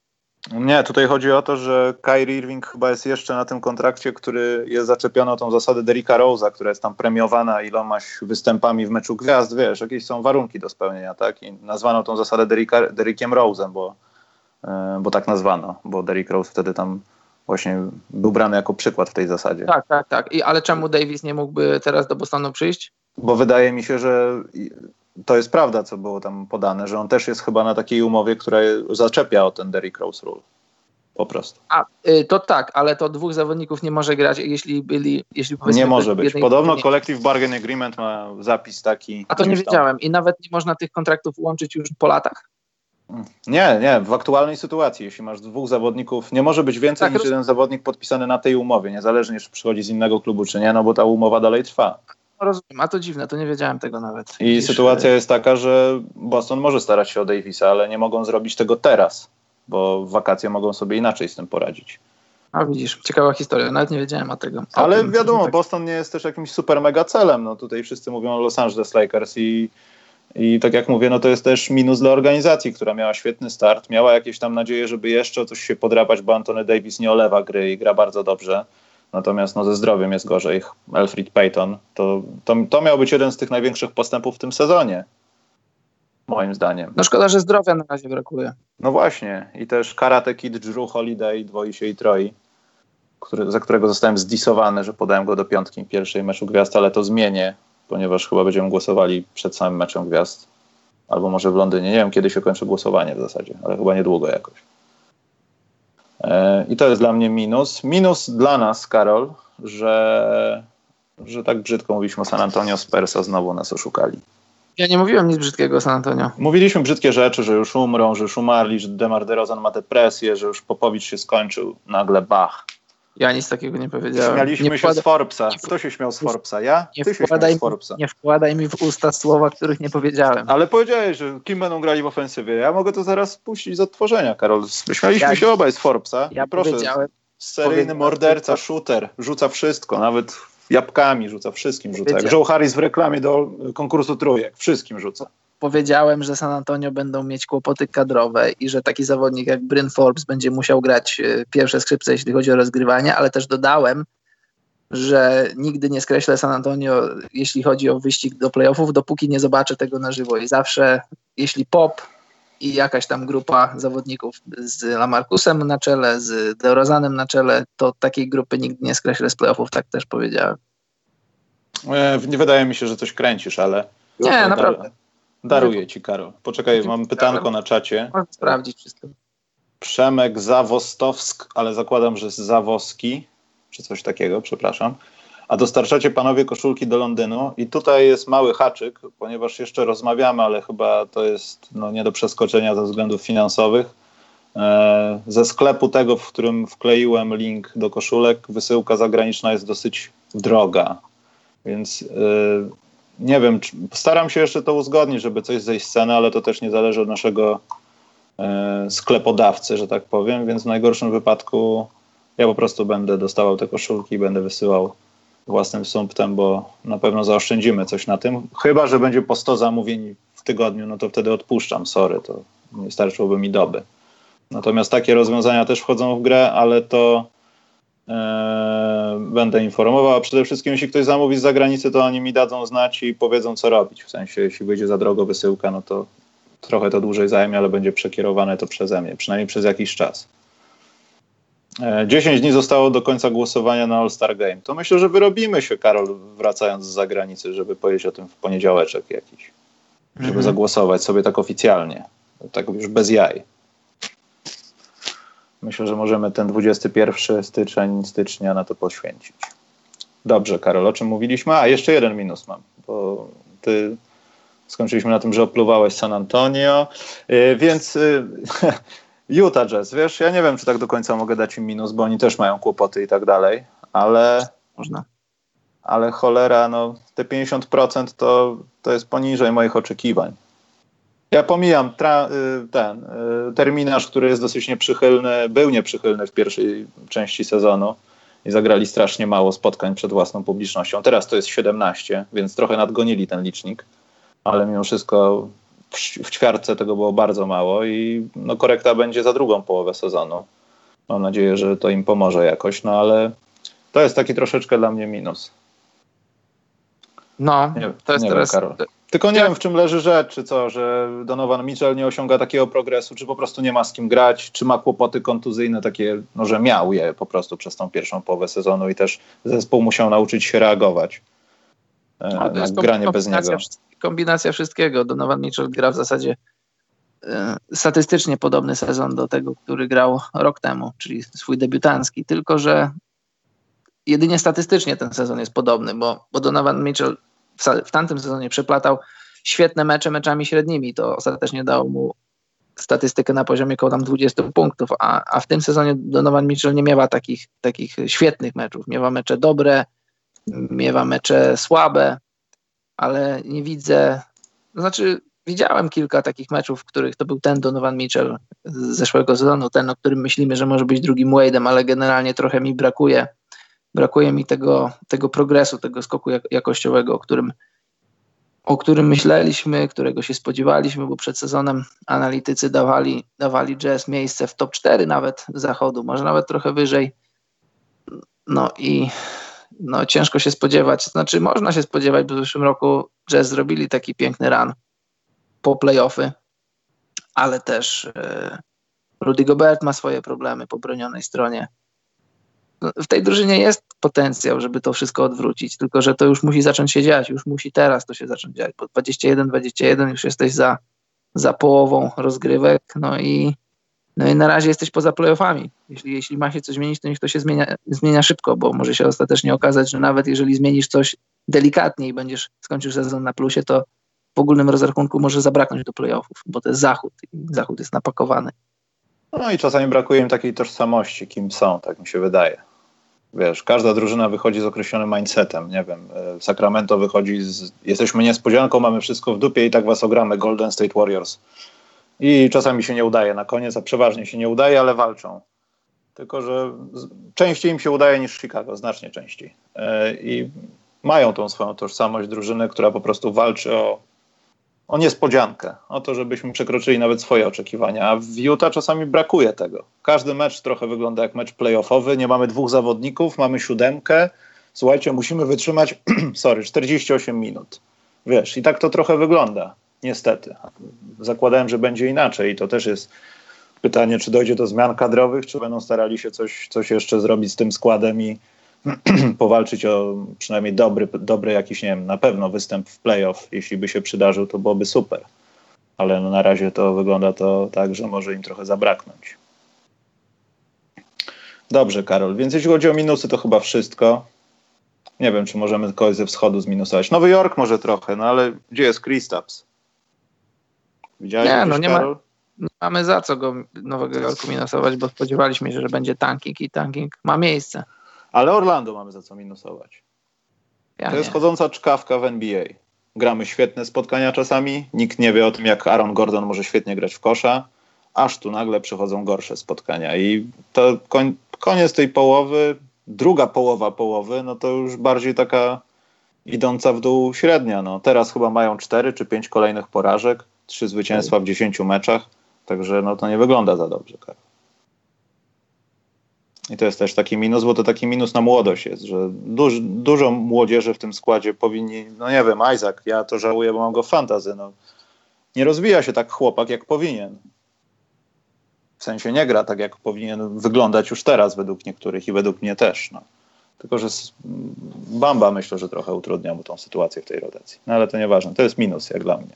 Nie, tutaj chodzi o to, że Kyrie Irving chyba jest jeszcze na tym kontrakcie, który jest zaczepiony o tą zasadę Derricka Rose'a, która jest tam premiowana ilomaś występami w meczu gwiazd, wiesz, jakieś są warunki do spełnienia, tak? I nazwano tą zasadę Derricka, Derrickiem Rose'em, bo, yy, bo tak nazwano, bo Derrick Rose wtedy tam właśnie był brany jako przykład w tej zasadzie. Tak, tak, tak. I, ale czemu Davis nie mógłby teraz do Bostonu przyjść? Bo wydaje mi się, że to jest prawda, co było tam podane, że on też jest chyba na takiej umowie, która zaczepia o ten Derrick Rose rule. Po prostu. A, y, to tak, ale to dwóch zawodników nie może grać, jeśli byli... Jeśli nie może być. Podobno nie... Collective Bargain Agreement ma zapis taki... A to nie wiedziałem. I nawet nie można tych kontraktów łączyć już po latach? Nie, nie. W aktualnej sytuacji, jeśli masz dwóch zawodników, nie może być więcej tak, niż roz... jeden zawodnik podpisany na tej umowie, niezależnie czy przychodzi z innego klubu, czy nie, no bo ta umowa dalej trwa. Rozumiem, a to dziwne, to nie wiedziałem tego nawet. I Widzisz, sytuacja jest taka, że Boston może starać się o Davisa, ale nie mogą zrobić tego teraz, bo w wakacje mogą sobie inaczej z tym poradzić. A widzisz, ciekawa historia, nawet nie wiedziałem o tego. Ale o tym, wiadomo, tak... Boston nie jest też jakimś super mega celem, no tutaj wszyscy mówią o Los Angeles Lakers i, i tak jak mówię, no to jest też minus dla organizacji, która miała świetny start, miała jakieś tam nadzieję, żeby jeszcze coś się podrapać, bo Anthony Davis nie olewa gry i gra bardzo dobrze. Natomiast no, ze zdrowiem jest gorzej. Elfrid Payton. To, to, to miał być jeden z tych największych postępów w tym sezonie. Moim zdaniem. No szkoda, że zdrowia na razie brakuje. No właśnie. I też Karate Kid Drew Holiday dwoi się i troi, który, za którego zostałem zdisowany, że podałem go do piątki pierwszej meczu gwiazd, ale to zmienię, ponieważ chyba będziemy głosowali przed samym meczem gwiazd. Albo może w Londynie. Nie wiem, kiedy się kończy głosowanie w zasadzie, ale chyba niedługo jakoś. I to jest dla mnie minus. Minus dla nas, Karol, że, że tak brzydko mówiliśmy o San Antonio Spurs, a znowu nas oszukali. Ja nie mówiłem nic brzydkiego o San Antonio. Mówiliśmy brzydkie rzeczy, że już umrą, że już umarli, że DeMar DeRozan ma depresję, że już Popowicz się skończył. Nagle bach. Ja nic takiego nie powiedziałem. Śmialiśmy nie się wkłada... z Forbesa. Kto się śmiał z Forbesa? Ja? Nie Ty się wkładaj, śmiał z Forbesa. Nie wkładaj mi w usta słowa, których nie powiedziałem. Ale powiedziałeś, że kim będą grali w ofensywie. Ja mogę to zaraz puścić z odtworzenia, Karol. Śmialiśmy ja, się obaj z Forbesa. Ja proszę, powiedziałem. Seryjny morderca, to... shooter. Rzuca wszystko. Nawet jabłkami rzuca. Wszystkim rzuca. Jak Joe Harris w reklamie do konkursu trójek. Wszystkim rzuca. Powiedziałem, że San Antonio będą mieć kłopoty kadrowe i że taki zawodnik jak Bryn Forbes będzie musiał grać pierwsze skrzypce, jeśli chodzi o rozgrywanie, ale też dodałem, że nigdy nie skreślę San Antonio, jeśli chodzi o wyścig do playoffów, dopóki nie zobaczę tego na żywo. I zawsze, jeśli Pop i jakaś tam grupa zawodników z Lamarcusem na czele, z DeRozanem na czele, to takiej grupy nigdy nie skreślę z playoffów, tak też powiedziałem. Nie wydaje mi się, że coś kręcisz, ale... Nie, dar- naprawdę. Daruję ci, Karol. Poczekaj, mam pytanko na czacie. Można sprawdzić wszystko. Przemek Zawostowsk, ale zakładam, że z Zawoski, czy coś takiego, przepraszam. A dostarczacie panowie koszulki do Londynu i tutaj jest mały haczyk, ponieważ jeszcze rozmawiamy, ale chyba to jest no, nie do przeskoczenia ze względów finansowych. E, ze sklepu tego, w którym wkleiłem link do koszulek, wysyłka zagraniczna jest dosyć droga, więc e, nie wiem, czy, staram się jeszcze to uzgodnić, żeby coś zejść z ceny, ale to też nie zależy od naszego e, sklepodawcy, że tak powiem, więc w najgorszym wypadku ja po prostu będę dostawał te koszulki i będę wysyłał własnym sumptem, bo na pewno zaoszczędzimy coś na tym. Chyba że będzie po sto zamówień w tygodniu, no to wtedy odpuszczam, sorry, to nie starczyłoby mi doby. Natomiast takie rozwiązania też wchodzą w grę, ale to e, będę informował. A przede wszystkim jeśli ktoś zamówi z zagranicy, to oni mi dadzą znać i powiedzą, co robić. W sensie, jeśli wyjdzie za drogo wysyłka, no to trochę to dłużej zajmie, ale będzie przekierowane to przeze mnie, przynajmniej przez jakiś czas. dziesięć dni zostało do końca głosowania na All-Star Game. To myślę, że wyrobimy się, Karol, wracając z zagranicy, żeby powiedzieć o tym w poniedziałeczek jakiś. Żeby mhm. zagłosować sobie tak oficjalnie. Tak już bez jaj. Myślę, że możemy ten dwudziestego pierwszego styczeń, stycznia na to poświęcić. Dobrze, Karol, o czym mówiliśmy? A, jeszcze jeden minus mam, bo ty skończyliśmy na tym, że opluwałeś San Antonio, yy, więc... Yy, Utah Jazz, wiesz, ja nie wiem, czy tak do końca mogę dać im minus, bo oni też mają kłopoty i tak dalej, ale można. Ale cholera, no te pięćdziesiąt procent to, to jest poniżej moich oczekiwań. Ja pomijam tra- ten y, terminarz, który jest dosyć nieprzychylny, był nieprzychylny w pierwszej części sezonu i zagrali strasznie mało spotkań przed własną publicznością. Teraz to jest siedemnaście, więc trochę nadgonili ten licznik, ale mimo wszystko w, w ćwiartce tego było bardzo mało i no, korekta będzie za drugą połowę sezonu. Mam nadzieję, że to im pomoże jakoś, no ale to jest taki troszeczkę dla mnie minus. No, nie, to jest nie teraz... wiem, Karol. Tylko nie ja... wiem, w czym leży rzecz, czy co, że Donovan Mitchell nie osiąga takiego progresu, czy po prostu nie ma z kim grać, czy ma kłopoty kontuzyjne takie, no że miał je po prostu przez tą pierwszą połowę sezonu i też zespół musiał nauczyć się reagować e, no, na granie bez niego. Kombinacja wszystkiego. Donovan Mitchell gra w zasadzie e, statystycznie podobny sezon do tego, który grał rok temu, czyli swój debiutancki, tylko że jedynie statystycznie ten sezon jest podobny, bo, bo Donovan Mitchell w, w tamtym sezonie przeplatał świetne mecze meczami średnimi. To ostatecznie dało mu statystykę na poziomie około tam dwudziestu punktów, a, a w tym sezonie Donovan Mitchell nie miewa takich, takich świetnych meczów. Miewa mecze dobre, miewa mecze słabe, ale nie widzę, to znaczy widziałem kilka takich meczów, w których to był ten Donovan Mitchell z zeszłego sezonu, ten, o którym myślimy, że może być drugim Wade'em, ale generalnie trochę mi brakuje brakuje mi tego, tego progresu, tego skoku jakościowego, o którym, o którym myśleliśmy, którego się spodziewaliśmy, bo przed sezonem analitycy dawali, dawali Jazz miejsce w top cztery nawet zachodu, może nawet trochę wyżej. No i no, ciężko się spodziewać. Znaczy można się spodziewać, bo w zeszłym roku Jazz zrobili taki piękny run po playoffy, ale też e, Rudy Gobert ma swoje problemy po bronionej stronie. W tej drużynie jest potencjał, żeby to wszystko odwrócić, tylko że to już musi zacząć się dziać, już musi teraz to się zacząć dziać, bo dwadzieścia jeden dwadzieścia jeden już jesteś za, za połową rozgrywek, no i, no i na razie jesteś poza playoffami. Jeśli, jeśli ma się coś zmienić, to niech to się zmienia, zmienia szybko, bo może się ostatecznie okazać, że nawet jeżeli zmienisz coś delikatnie i będziesz skończył sezon na plusie, to w ogólnym rozrachunku może zabraknąć do playoffów, bo to jest zachód i zachód jest napakowany. No i czasami brakuje im takiej tożsamości, kim są, tak mi się wydaje. Wiesz, każda drużyna wychodzi z określonym mindsetem, nie wiem, Sacramento wychodzi z, jesteśmy niespodzianką, mamy wszystko w dupie i tak was ogramy, Golden State Warriors. I czasami się nie udaje na koniec, a przeważnie się nie udaje, ale walczą. Tylko że częściej im się udaje niż Chicago, znacznie częściej. I mają tą swoją tożsamość drużyny, która po prostu walczy o, o niespodziankę, o to, żebyśmy przekroczyli nawet swoje oczekiwania, a w Utah czasami brakuje tego. Każdy mecz trochę wygląda jak mecz playoffowy, nie mamy dwóch zawodników, mamy siódemkę, słuchajcie, musimy wytrzymać, sorry, czterdzieści osiem minut. Wiesz, i tak to trochę wygląda, niestety. Zakładałem, że będzie inaczej i to też jest pytanie, czy dojdzie do zmian kadrowych, czy będą starali się coś, coś jeszcze zrobić z tym składem i powalczyć o przynajmniej dobry, dobry jakiś, nie wiem, na pewno występ w playoff, jeśli by się przydarzył, to byłoby super. Ale no na razie to wygląda to tak, że może im trochę zabraknąć. Dobrze, Karol, więc jeśli chodzi o minusy, to chyba wszystko. Nie wiem, czy możemy kogoś ze wschodu zminusować. Nowy Jork może trochę, no ale gdzie jest Kristaps? Widziałeś Nie, jakieś, no nie Karol? ma, nie mamy za co go Nowego Jorku minusować, bo spodziewaliśmy się, że będzie tanking i tanking ma miejsce. Ale Orlando mamy za co minusować. Ja to jest nie. chodząca czkawka w N B A. Gramy świetne spotkania czasami, nikt nie wie o tym, jak Aaron Gordon może świetnie grać w kosza, aż tu nagle przychodzą gorsze spotkania i to koń, koniec tej połowy, druga połowa połowy, no to już bardziej taka idąca w dół średnia. No. Teraz chyba mają cztery czy pięć kolejnych porażek, trzy zwycięstwa w dziesięciu meczach, także no to nie wygląda za dobrze, Karol. I to jest też taki minus, bo to taki minus na młodość jest, że duż, dużo młodzieży w tym składzie powinni, no nie wiem, Isaac, ja to żałuję, bo mam go w fantasy, no. Nie rozwija się tak chłopak, jak powinien. W sensie nie gra tak, jak powinien wyglądać już teraz według niektórych i według mnie też, no. Tylko, że Bamba myślę, że trochę utrudnia mu tą sytuację w tej rotacji. No ale to nieważne, to jest minus jak dla mnie.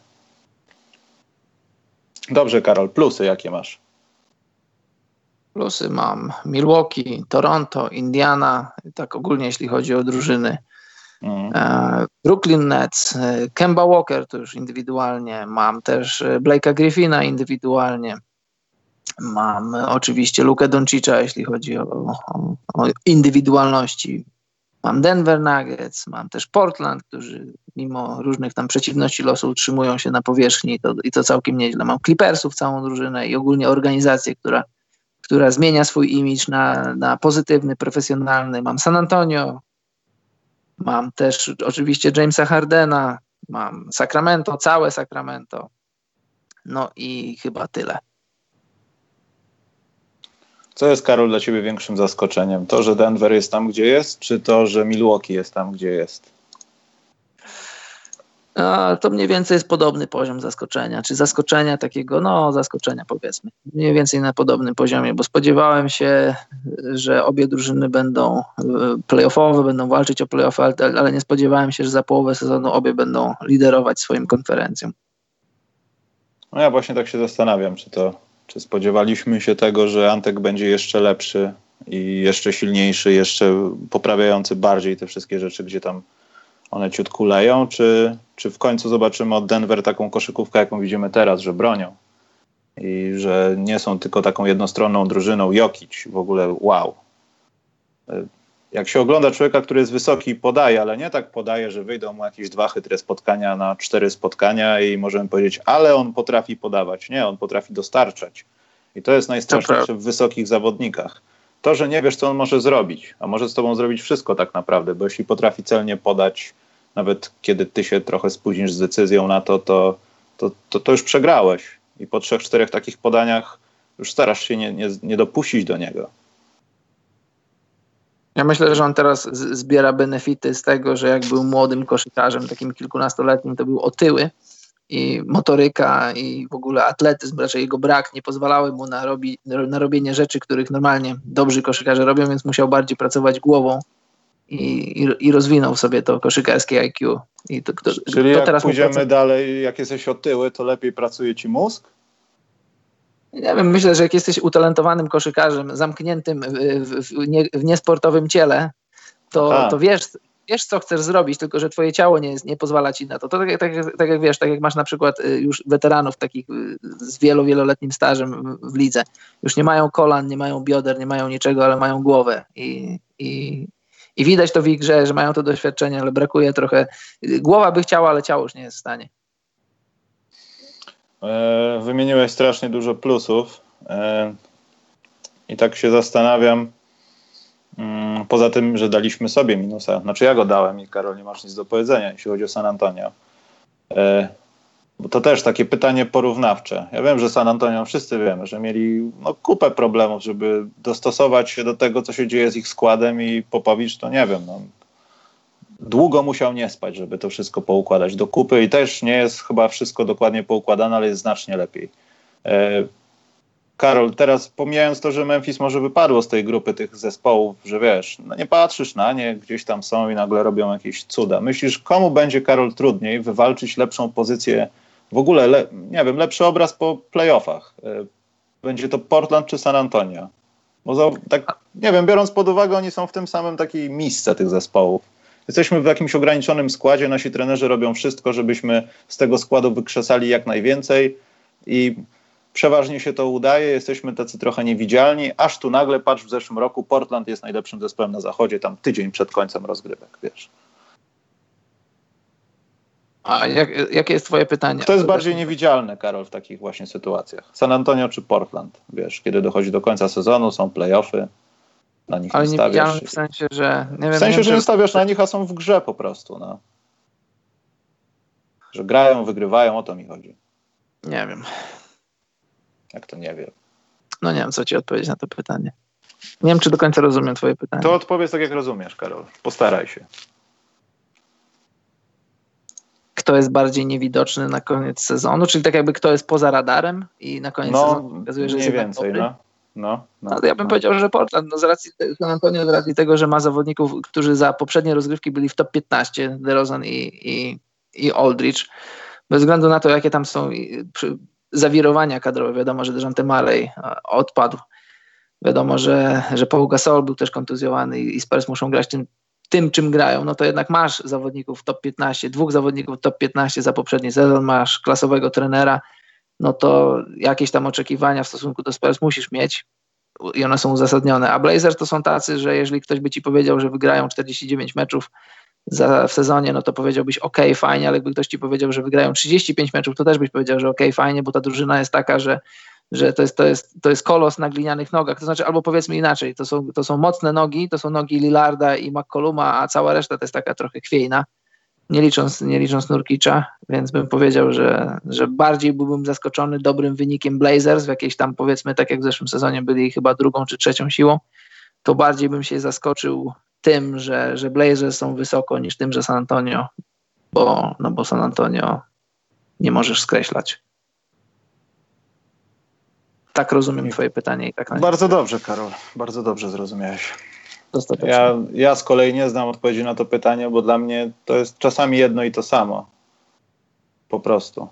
Dobrze, Karol, plusy jakie masz? Plusy mam Milwaukee, Toronto, Indiana, tak ogólnie jeśli chodzi o drużyny. Mm. E, Brooklyn Nets, e, Kemba Walker to już indywidualnie. Mam też Blake'a Griffina indywidualnie. Mam oczywiście Lukę Doncicza, jeśli chodzi o, o, o indywidualności. Mam Denver Nuggets, mam też Portland, którzy mimo różnych tam przeciwności losu utrzymują się na powierzchni i to, i to całkiem nieźle. Mam Clippersów, całą drużynę i ogólnie organizację, która która zmienia swój imidż na, na pozytywny, profesjonalny. Mam San Antonio, mam też oczywiście Jamesa Hardena, mam Sacramento, całe Sacramento. No i chyba tyle. Co jest, Karol, dla ciebie większym zaskoczeniem? To, że Denver jest tam, gdzie jest, czy to, że Milwaukee jest tam, gdzie jest? A, to mniej więcej jest podobny poziom zaskoczenia, czy zaskoczenia takiego, no zaskoczenia powiedzmy, mniej więcej na podobnym poziomie, bo spodziewałem się, że obie drużyny będą playoffowe, będą walczyć o playoffy, ale, ale nie spodziewałem się, że za połowę sezonu obie będą liderować swoim konferencjom. No ja właśnie tak się zastanawiam, czy to, czy spodziewaliśmy się tego, że Antek będzie jeszcze lepszy i jeszcze silniejszy, jeszcze poprawiający bardziej te wszystkie rzeczy, gdzie tam one ciut kuleją, czy, czy w końcu zobaczymy od Denver taką koszykówkę, jaką widzimy teraz, że bronią i że nie są tylko taką jednostronną drużyną Jokić, w ogóle wow. Jak się ogląda człowieka, który jest wysoki i podaje, ale nie tak podaje, że wyjdą mu jakieś dwa chytre spotkania na cztery spotkania i możemy powiedzieć, ale on potrafi podawać. Nie, on potrafi dostarczać. I to jest najstraszniejsze w wysokich zawodnikach. To, że nie wiesz, co on może zrobić, a może z tobą zrobić wszystko tak naprawdę, bo jeśli potrafi celnie podać, nawet kiedy ty się trochę spóźnisz z decyzją na to, to, to, to, to już przegrałeś. I po trzech, czterech takich podaniach już starasz się nie, nie, nie dopuścić do niego. Ja myślę, że on teraz z- zbiera benefity z tego, że jak był młodym koszykarzem, takim kilkunastoletnim, to był otyły i motoryka i w ogóle atletyzm, raczej jego brak nie pozwalały mu na, robi, na robienie rzeczy, których normalnie dobrzy koszykarze robią, więc musiał bardziej pracować głową i, i, i rozwinął sobie to koszykarskie I Q. I to, to, Czyli to jak teraz pójdziemy praca... dalej, jak jesteś otyły, to lepiej pracuje ci mózg? Nie wiem, myślę, że jak jesteś utalentowanym koszykarzem, zamkniętym w, w, w, nie, w niesportowym ciele, to, to wiesz, wiesz, co chcesz zrobić, tylko że twoje ciało nie, nie pozwala ci na to. To tak, tak, tak jak wiesz, tak jak masz na przykład już weteranów takich z wielo, wieloletnim stażem w lidze. Już nie mają kolan, nie mają bioder, nie mają niczego, ale mają głowę i, i, i widać to w ich grze, że mają to doświadczenie, ale brakuje trochę. Głowa by chciała, ale ciało już nie jest w stanie. Wymieniłeś strasznie dużo plusów i tak się zastanawiam, poza tym, że daliśmy sobie minusa, znaczy ja go dałem i Karol, nie masz nic do powiedzenia, jeśli chodzi o San Antonio. Bo to też takie pytanie porównawcze. Ja wiem, że San Antonio, wszyscy wiemy, że mieli no, kupę problemów, żeby dostosować się do tego, co się dzieje z ich składem i Popowicz, to nie wiem, no, długo musiał nie spać, żeby to wszystko poukładać do kupy i też nie jest chyba wszystko dokładnie poukładane, ale jest znacznie lepiej. E, Karol, teraz pomijając to, że Memphis może wypadło z tej grupy tych zespołów, że wiesz, no nie patrzysz na nie, gdzieś tam są i nagle robią jakieś cuda. Myślisz, komu będzie, Karol, trudniej wywalczyć lepszą pozycję, w ogóle, le, nie wiem, lepszy obraz po playoffach? E, będzie to Portland czy San Antonio? Bo za, tak, nie wiem, biorąc pod uwagę, oni są w tym samym takiej misce tych zespołów. Jesteśmy w jakimś ograniczonym składzie, nasi trenerzy robią wszystko, żebyśmy z tego składu wykrzesali jak najwięcej i przeważnie się to udaje, jesteśmy tacy trochę niewidzialni, aż tu nagle, patrz, w zeszłym roku Portland jest najlepszym zespołem na zachodzie, tam tydzień przed końcem rozgrywek, wiesz. A jak, jakie jest twoje pytanie? Kto jest bardziej niewidzialny, Karol, w takich właśnie sytuacjach? San Antonio czy Portland? Wiesz, kiedy dochodzi do końca sezonu, są play-offy, na nich ale nie stawiasz. W sensie, że... Nie wiem, w sensie, nie że wiem, nie stawiasz na nich, a są w grze po prostu, no. Że grają, wygrywają, o to mi chodzi. Nie wiem. Jak to nie wiem? No nie wiem, co ci odpowiedzieć na to pytanie. Nie wiem, czy do końca rozumiem twoje pytanie. To odpowiedz tak, jak rozumiesz, Karol. Postaraj się. Kto jest bardziej niewidoczny na koniec sezonu? Czyli tak jakby kto jest poza radarem i na koniec no, sezonu okazuje, że mniej jest więcej, no. No, no, no, ja bym no. powiedział, że Portland, no z racji San Antonio, z racji tego, że ma zawodników, którzy za poprzednie rozgrywki byli w top piętnaście, DeRozan i, i, i Aldridge, bez względu na to, jakie tam są przy, zawirowania kadrowe. Wiadomo, że Dejounte Murray odpadł. Wiadomo, że, że Paul Gasol był też kontuzjowany i, i Spurs muszą grać tym, tym, czym grają. No to jednak masz zawodników top piętnaście, dwóch zawodników top piętnaście za poprzedni sezon, masz klasowego trenera, no to jakieś tam oczekiwania w stosunku do Spurs musisz mieć i one są uzasadnione. A Blazers to są tacy, że jeżeli ktoś by ci powiedział, że wygrają czterdzieści dziewięć meczów za, w sezonie, no to powiedziałbyś ok, fajnie, ale jakby ktoś ci powiedział, że wygrają trzydzieści pięć meczów, to też byś powiedział, że ok, fajnie, bo ta drużyna jest taka, że, że to, jest, to, jest, to jest kolos na glinianych nogach. To znaczy, albo powiedzmy inaczej, to są, to są mocne nogi, to są nogi Lillarda i McColluma, a cała reszta to jest taka trochę chwiejna. nie licząc, nie licząc Nurkicza, więc bym powiedział, że, że bardziej byłbym zaskoczony dobrym wynikiem Blazers, w jakiejś tam powiedzmy, tak jak w zeszłym sezonie byli chyba drugą czy trzecią siłą, to bardziej bym się zaskoczył tym, że, że Blazers są wysoko, niż tym, że San Antonio, bo, no bo San Antonio nie możesz skreślać. Tak rozumiem twoje pytanie. I tak na Bardzo dobrze, Karol. Bardzo dobrze zrozumiałeś. dostatecznie. Ja, ja z kolei nie znam odpowiedzi na to pytanie, bo dla mnie to jest czasami jedno i to samo. Po prostu.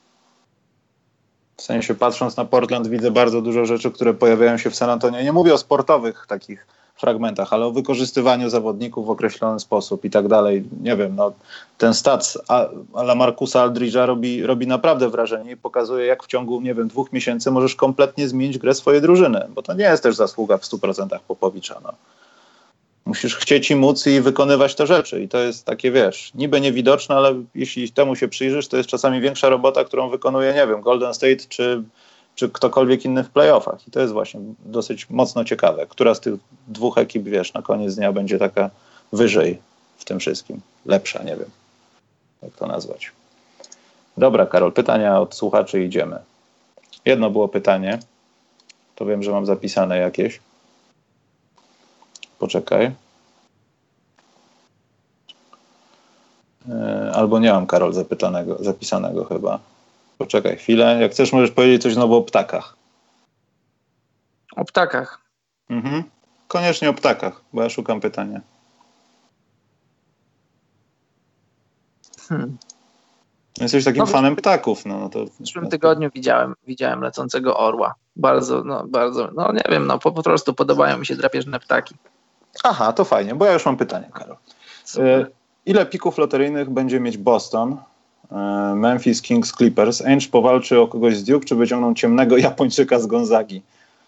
W sensie patrząc na Portland widzę bardzo dużo rzeczy, które pojawiają się w San Antonio. Nie mówię o sportowych takich fragmentach, ale o wykorzystywaniu zawodników w określony sposób i tak dalej. Nie wiem, no, ten stats a, a la Marcusa Aldridge'a robi, robi naprawdę wrażenie i pokazuje, jak w ciągu, nie wiem, dwóch miesięcy możesz kompletnie zmienić grę swojej drużyny, bo to nie jest też zasługa w stu procentach Popowicza. No. Musisz chcieć i móc i wykonywać te rzeczy i to jest takie, wiesz, niby niewidoczne, ale jeśli temu się przyjrzysz, to jest czasami większa robota, którą wykonuje, nie wiem, Golden State czy czy ktokolwiek inny w playoffach. I to jest właśnie dosyć mocno ciekawe. Która z tych dwóch ekip, wiesz, na koniec dnia będzie taka wyżej w tym wszystkim. Lepsza, nie wiem, jak to nazwać. Dobra, Karol, pytania od słuchaczy, idziemy. Jedno było pytanie. To wiem, że mam zapisane jakieś. Poczekaj. Yy, albo nie mam, Karol, zapytanego, zapisanego chyba. Poczekaj chwilę. Jak chcesz, możesz powiedzieć coś znowu o ptakach. O ptakach. Mhm. Koniecznie o ptakach, bo ja szukam pytania. Hmm. Jesteś takim No, fanem ptaków. No, no to, w zeszłym tygodniu widziałem, widziałem lecącego orła. Bardzo, no bardzo, no nie wiem, no po, po prostu podobają mi się drapieżne ptaki. Aha, to fajnie, bo ja już mam pytanie, Karol. E, ile pików loteryjnych będzie mieć Boston, e, Memphis, Kings, Clippers? Ainge powalczy o kogoś z Duke, czy wyciągną ciemnego Japończyka z Gonzagi?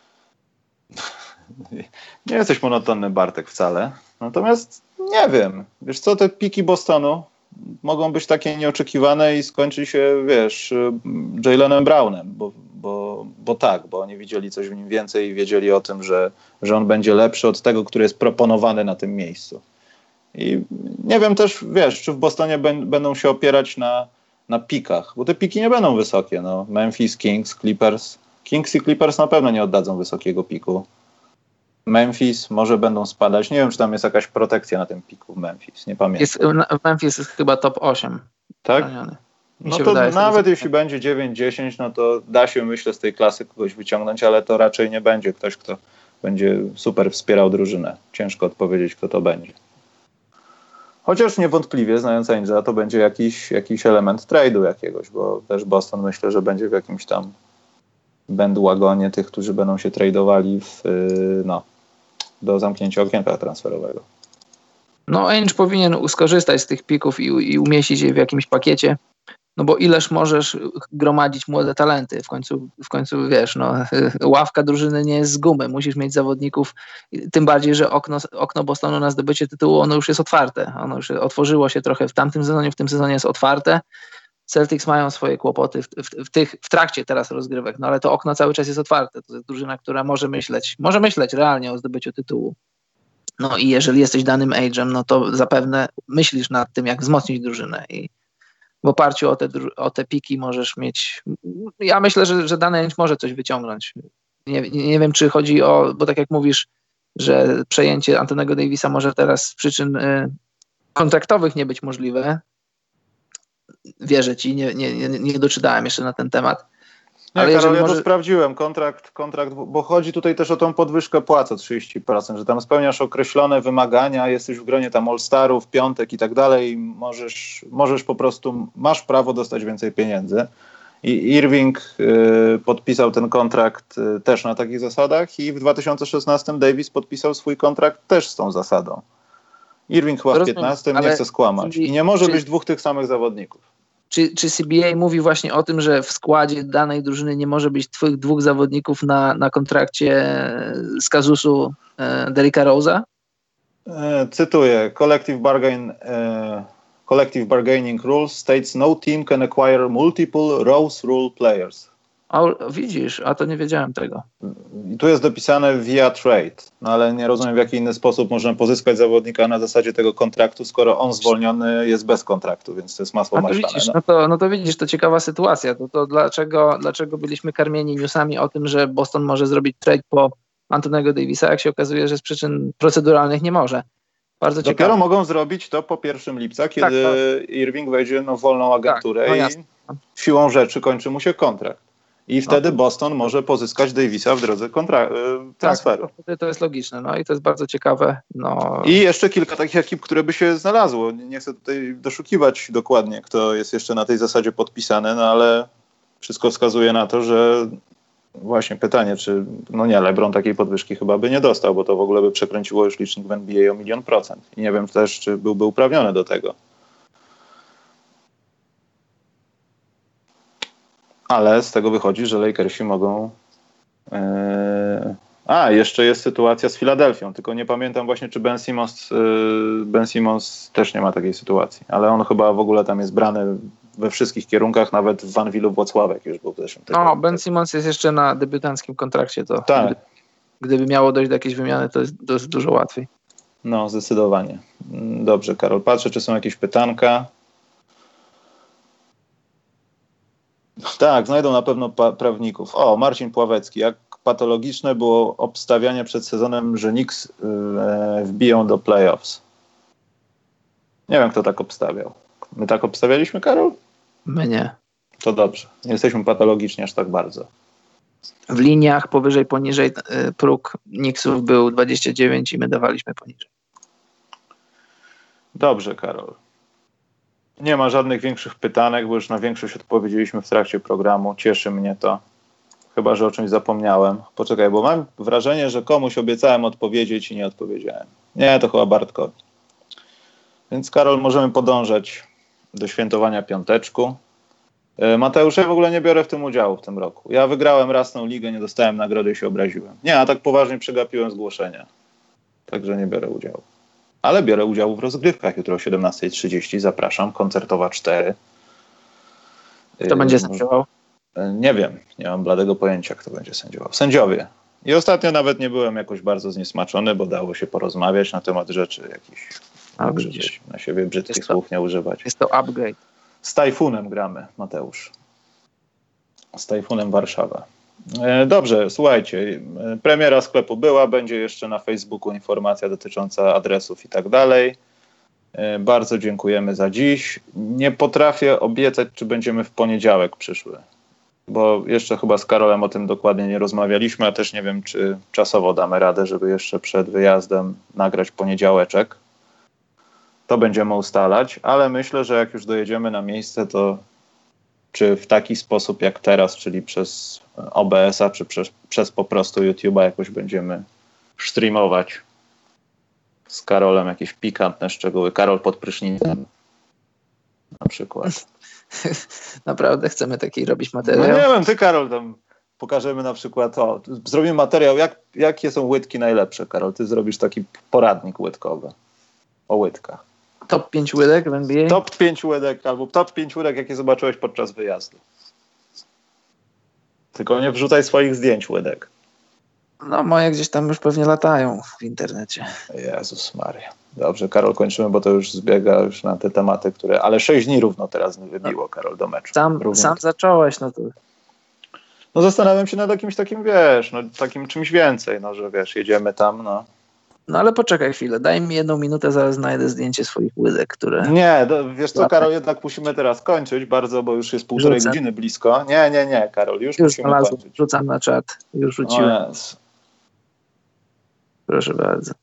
Nie jesteś monotonny, Bartek, wcale. Natomiast nie wiem. Wiesz co, te piki Bostonu mogą być takie nieoczekiwane i skończy się, wiesz, Jaylenem Brownem, bo, bo, bo tak, bo oni widzieli coś w nim więcej i wiedzieli o tym, że, że on będzie lepszy od tego, który jest proponowany na tym miejscu. I nie wiem też, wiesz, czy w Bostonie b- będą się opierać na, na pikach, bo te piki nie będą wysokie. No. Memphis, Kings, Clippers. Kings i Clippers na pewno nie oddadzą wysokiego piku. Memphis może będą spadać. Nie wiem, czy tam jest jakaś protekcja na tym piku w Memphis. Nie pamiętam. Jest, Memphis jest chyba top osiem. Tak? No to wydaje, nawet jeśli będzie dziewięć dziesięć, no to da się, myślę, z tej klasy kogoś wyciągnąć, ale to raczej nie będzie ktoś, kto będzie super wspierał drużynę. Ciężko odpowiedzieć, kto to będzie. Chociaż niewątpliwie, znając Ainge'a, to będzie jakiś, jakiś element trade'u jakiegoś, bo też Boston myślę, że będzie w jakimś tam bandwagonie tych, którzy będą się trade'owali w, no, do zamknięcia okienka transferowego. No Ainge powinien skorzystać z tych pików i, i umieścić je w jakimś pakiecie, no bo ileż możesz gromadzić młode talenty, w końcu, w końcu wiesz, no, ławka drużyny nie jest z gumy, musisz mieć zawodników, tym bardziej, że okno, okno Bostonu na zdobycie tytułu, ono już jest otwarte, ono już otworzyło się trochę w tamtym sezonie, w tym sezonie jest otwarte. Celtics mają swoje kłopoty w, w, w, tych, w trakcie teraz rozgrywek, no ale to okno cały czas jest otwarte, to jest drużyna, która może myśleć, może myśleć realnie o zdobyciu tytułu. No i jeżeli jesteś danym age'em, no to zapewne myślisz nad tym, jak wzmocnić drużynę i w oparciu o te, o te piki możesz mieć, ja myślę, że, że dany age może coś wyciągnąć. Nie, nie wiem, czy chodzi o, bo tak jak mówisz, że przejęcie Antonego Davisa może teraz z przyczyn y, kontraktowych nie być możliwe. Wierzę ci, nie, nie, nie, nie doczytałem jeszcze na ten temat. Nie, Ale Karol, ja może... to sprawdziłem, kontrakt, kontrakt, bo chodzi tutaj też o tą podwyżkę płac o trzydzieści procent, że tam spełniasz określone wymagania, jesteś w gronie tam All-Starów, piątek i tak dalej, możesz, możesz po prostu, masz prawo dostać więcej pieniędzy. I Irving y, podpisał ten kontrakt y, też na takich zasadach i w dwa tysiące szesnastym Davis podpisał swój kontrakt też z tą zasadą. Irving chyba w piętnastym, nie chcę skłamać. I nie może czy... być dwóch tych samych zawodników. Czy, czy C B A mówi właśnie o tym, że w składzie danej drużyny nie może być twoich dwóch zawodników na, na kontrakcie z kazusu e, Derricka Rose'a? E, cytuję. Collective, bargain, e, collective bargaining rules states no team can acquire multiple Rose rule players. O, widzisz, a to nie wiedziałem tego. I tu jest dopisane via trade, no ale nie rozumiem, w jaki inny sposób można pozyskać zawodnika na zasadzie tego kontraktu, skoro on zwolniony jest bez kontraktu, więc to jest masło A to maślane. widzisz, No. no to, no to widzisz, to ciekawa sytuacja. To, to dlaczego, dlaczego byliśmy karmieni newsami o tym, że Boston może zrobić trade po Antonego Davisa, jak się okazuje, że z przyczyn proceduralnych nie może. Bardzo Dopiero ciekawe. mogą zrobić to po pierwszym lipca, kiedy tak, tak. Irving wejdzie na wolną agenturę tak, no i siłą rzeczy kończy mu się kontrakt. I wtedy no. Boston może pozyskać Davisa w drodze kontra- transferu. Tak, to, to jest logiczne, no i to jest bardzo ciekawe. No. I jeszcze kilka takich ekip, które by się znalazło. Nie chcę tutaj doszukiwać dokładnie, kto jest jeszcze na tej zasadzie podpisany, no ale wszystko wskazuje na to, że właśnie pytanie, czy, no nie, LeBron takiej podwyżki chyba by nie dostał, bo to w ogóle by przekręciło już licznik w N B A o milion procent. I nie wiem też, czy byłby uprawniony do tego. Ale z tego wychodzi, że Lakersi mogą... Yy... A, jeszcze jest sytuacja z Filadelfią, tylko nie pamiętam właśnie, czy Ben Simmons, yy, Ben Simmons też nie ma takiej sytuacji, ale on chyba w ogóle tam jest brany we wszystkich kierunkach, nawet w Anwilu Włocławek już był w zeszłym tygodniu. No, Ben Simmons jest jeszcze na debiutanckim kontrakcie, to tak. gdyby, gdyby miało dojść do jakiejś wymiany, to jest, to jest dużo łatwiej. No, zdecydowanie. Dobrze, Karol, patrzę, czy są jakieś pytanka. Tak, znajdą na pewno pa- prawników. O, Marcin Pławecki. Jak patologiczne było obstawianie przed sezonem, że Knicks yy, wbiją do playoffs? Nie wiem, kto tak obstawiał. My tak obstawialiśmy, Karol? My nie. To dobrze. Nie jesteśmy patologiczni aż tak bardzo. W liniach powyżej, poniżej yy, próg Knicksów był dwadzieścia dziewięć i my dawaliśmy poniżej. Dobrze, Karol. Nie ma żadnych większych pytanek, bo już na większość odpowiedzieliśmy w trakcie programu. Cieszy mnie to. Chyba że o czymś zapomniałem. Poczekaj, bo mam wrażenie, że komuś obiecałem odpowiedzieć i nie odpowiedziałem. Nie, to chyba Bartkowi. Więc, Karol, możemy podążać do świętowania piąteczku. Mateusz, ja w ogóle nie biorę w tym udziału w tym roku. Ja wygrałem raz tą ligę, nie dostałem nagrody i się obraziłem. Nie, a tak poważnie przegapiłem zgłoszenia. Także nie biorę udziału. Ale biorę udział w rozgrywkach. Jutro o siedemnasta trzydzieści zapraszam. Koncertowa cztery. Kto będzie sędziował? Nie wiem. Nie mam bladego pojęcia, kto będzie sędziował. Sędziowie. I ostatnio nawet nie byłem jakoś bardzo zniesmaczony, bo dało się porozmawiać na temat rzeczy jakichś. A widzisz. Na siebie brzydkich Jest to, słów nie używać. Jest to upgrade. Z Tajfunem gramy, Mateusz. Z Tajfunem Warszawa. Dobrze, słuchajcie, premiera sklepu była, będzie jeszcze na Facebooku informacja dotycząca adresów i tak dalej. Bardzo dziękujemy za dziś. Nie potrafię obiecać, czy będziemy w poniedziałek przyszły, bo jeszcze chyba z Karolem o tym dokładnie nie rozmawialiśmy, a też nie wiem, czy czasowo damy radę, żeby jeszcze przed wyjazdem nagrać poniedziałeczek. To będziemy ustalać, ale myślę, że jak już dojedziemy na miejsce, to czy w taki sposób jak teraz, czyli przez O B S a, czy przez, przez po prostu YouTube'a jakoś będziemy streamować z Karolem jakieś pikantne szczegóły. Karol pod prysznicem na przykład. Naprawdę chcemy taki robić No materiał? nie wiem, ty Karol, tam pokażemy na przykład, o, zrobimy materiał, jak, jakie są łydki najlepsze, Karol. Ty zrobisz taki poradnik łydkowy o łydkach. Top pięć łydek w N B A? Top pięć łydek, albo top pięć łydek, jakie zobaczyłeś podczas wyjazdu. Tylko nie wrzucaj swoich zdjęć łydek. No moje gdzieś tam już pewnie latają w internecie. Jezus Maria. Dobrze, Karol, kończymy, bo to już zbiega już na te tematy, które... Ale sześć dni równo teraz wybiło, Karol, do meczu. Sam, sam zacząłeś, no to... No zastanawiam się nad jakimś takim, wiesz, no takim czymś więcej, no że wiesz, jedziemy tam, no. No ale poczekaj chwilę, daj mi jedną minutę, zaraz znajdę zdjęcie swoich łydek, które... Nie, do, wiesz co, Karol, jednak musimy teraz kończyć bardzo, bo już jest półtorej Rzucę. godziny blisko. Nie, nie, nie, Karol, już, Już musimy znalazłem, kończyć. rzucam na czat, już rzuciłem. O Jezu. Proszę bardzo.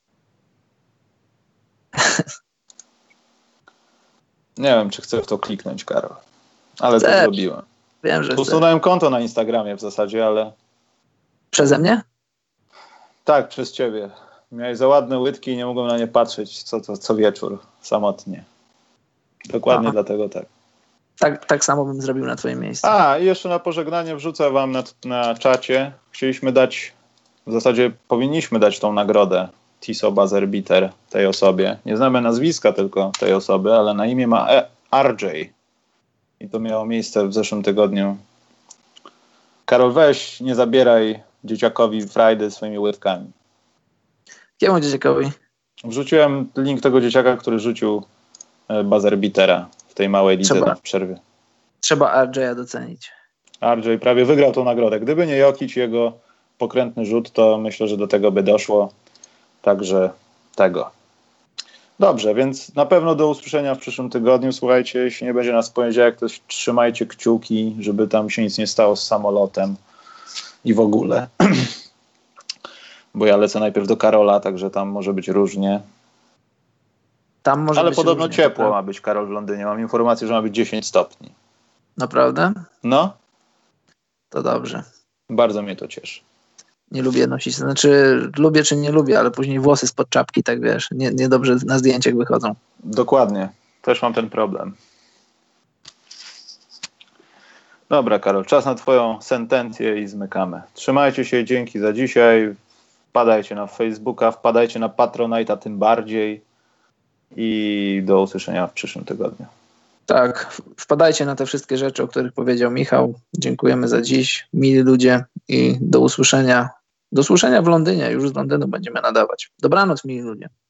Nie wiem, czy chcę w to kliknąć, Karol, ale Chcesz. to zrobiłem. Wiem, że chcesz. Usunąłem konto na Instagramie w zasadzie, ale... Przeze mnie? Tak, przez ciebie. Miałeś za ładne łydki i nie mogłem na nie patrzeć co, co, co wieczór, samotnie. Dokładnie Aha. dlatego tak. tak. Tak samo bym zrobił na twoim miejscu. A, i jeszcze na pożegnanie wrzucę wam na, na czacie. Chcieliśmy dać, w zasadzie powinniśmy dać tą nagrodę Tiso Buzzer Beater tej osobie. Nie znamy nazwiska tylko tej osoby, ale na imię ma R J. I to miało miejsce w zeszłym tygodniu Karol, weź, nie zabieraj dzieciakowi frajdy swoimi łydkami. Kiemu dzieciakowi? Wrzuciłem link tego dzieciaka, który rzucił buzzer beatera w tej małej lidze Trzeba. w przerwie. Trzeba R J a docenić. R J prawie wygrał tą nagrodę. Gdyby nie Jokic, jego pokrętny rzut, to myślę, że do tego by doszło. Także tego. Dobrze, więc na pewno do usłyszenia w przyszłym tygodniu. Słuchajcie, jeśli nie będzie nas w poniedziałek, to trzymajcie kciuki, żeby tam się nic nie stało z samolotem i w ogóle. Bo ja lecę najpierw do Karola, także tam może być różnie. Tam może Ale być podobno różnie, ciepło to ma być, Karol, w Londynie. Mam informację, że ma być dziesięć stopni. Naprawdę? No, To dobrze. bardzo mnie to cieszy. Nie lubię nosić, znaczy lubię czy nie lubię, ale później włosy spod czapki, tak wiesz, nie, niedobrze na zdjęciach wychodzą. Dokładnie. Też mam ten problem. Dobra, Karol, czas na twoją sentencję i zmykamy. Trzymajcie się, dzięki za dzisiaj. Wpadajcie na Facebooka, wpadajcie na Patronite'a tym bardziej i do usłyszenia w przyszłym tygodniu. Tak, wpadajcie na te wszystkie rzeczy, o których powiedział Michał. Dziękujemy za dziś, mili ludzie, i do usłyszenia. Do usłyszenia w Londynie, już z Londynu będziemy nadawać. Dobranoc, mili ludzie.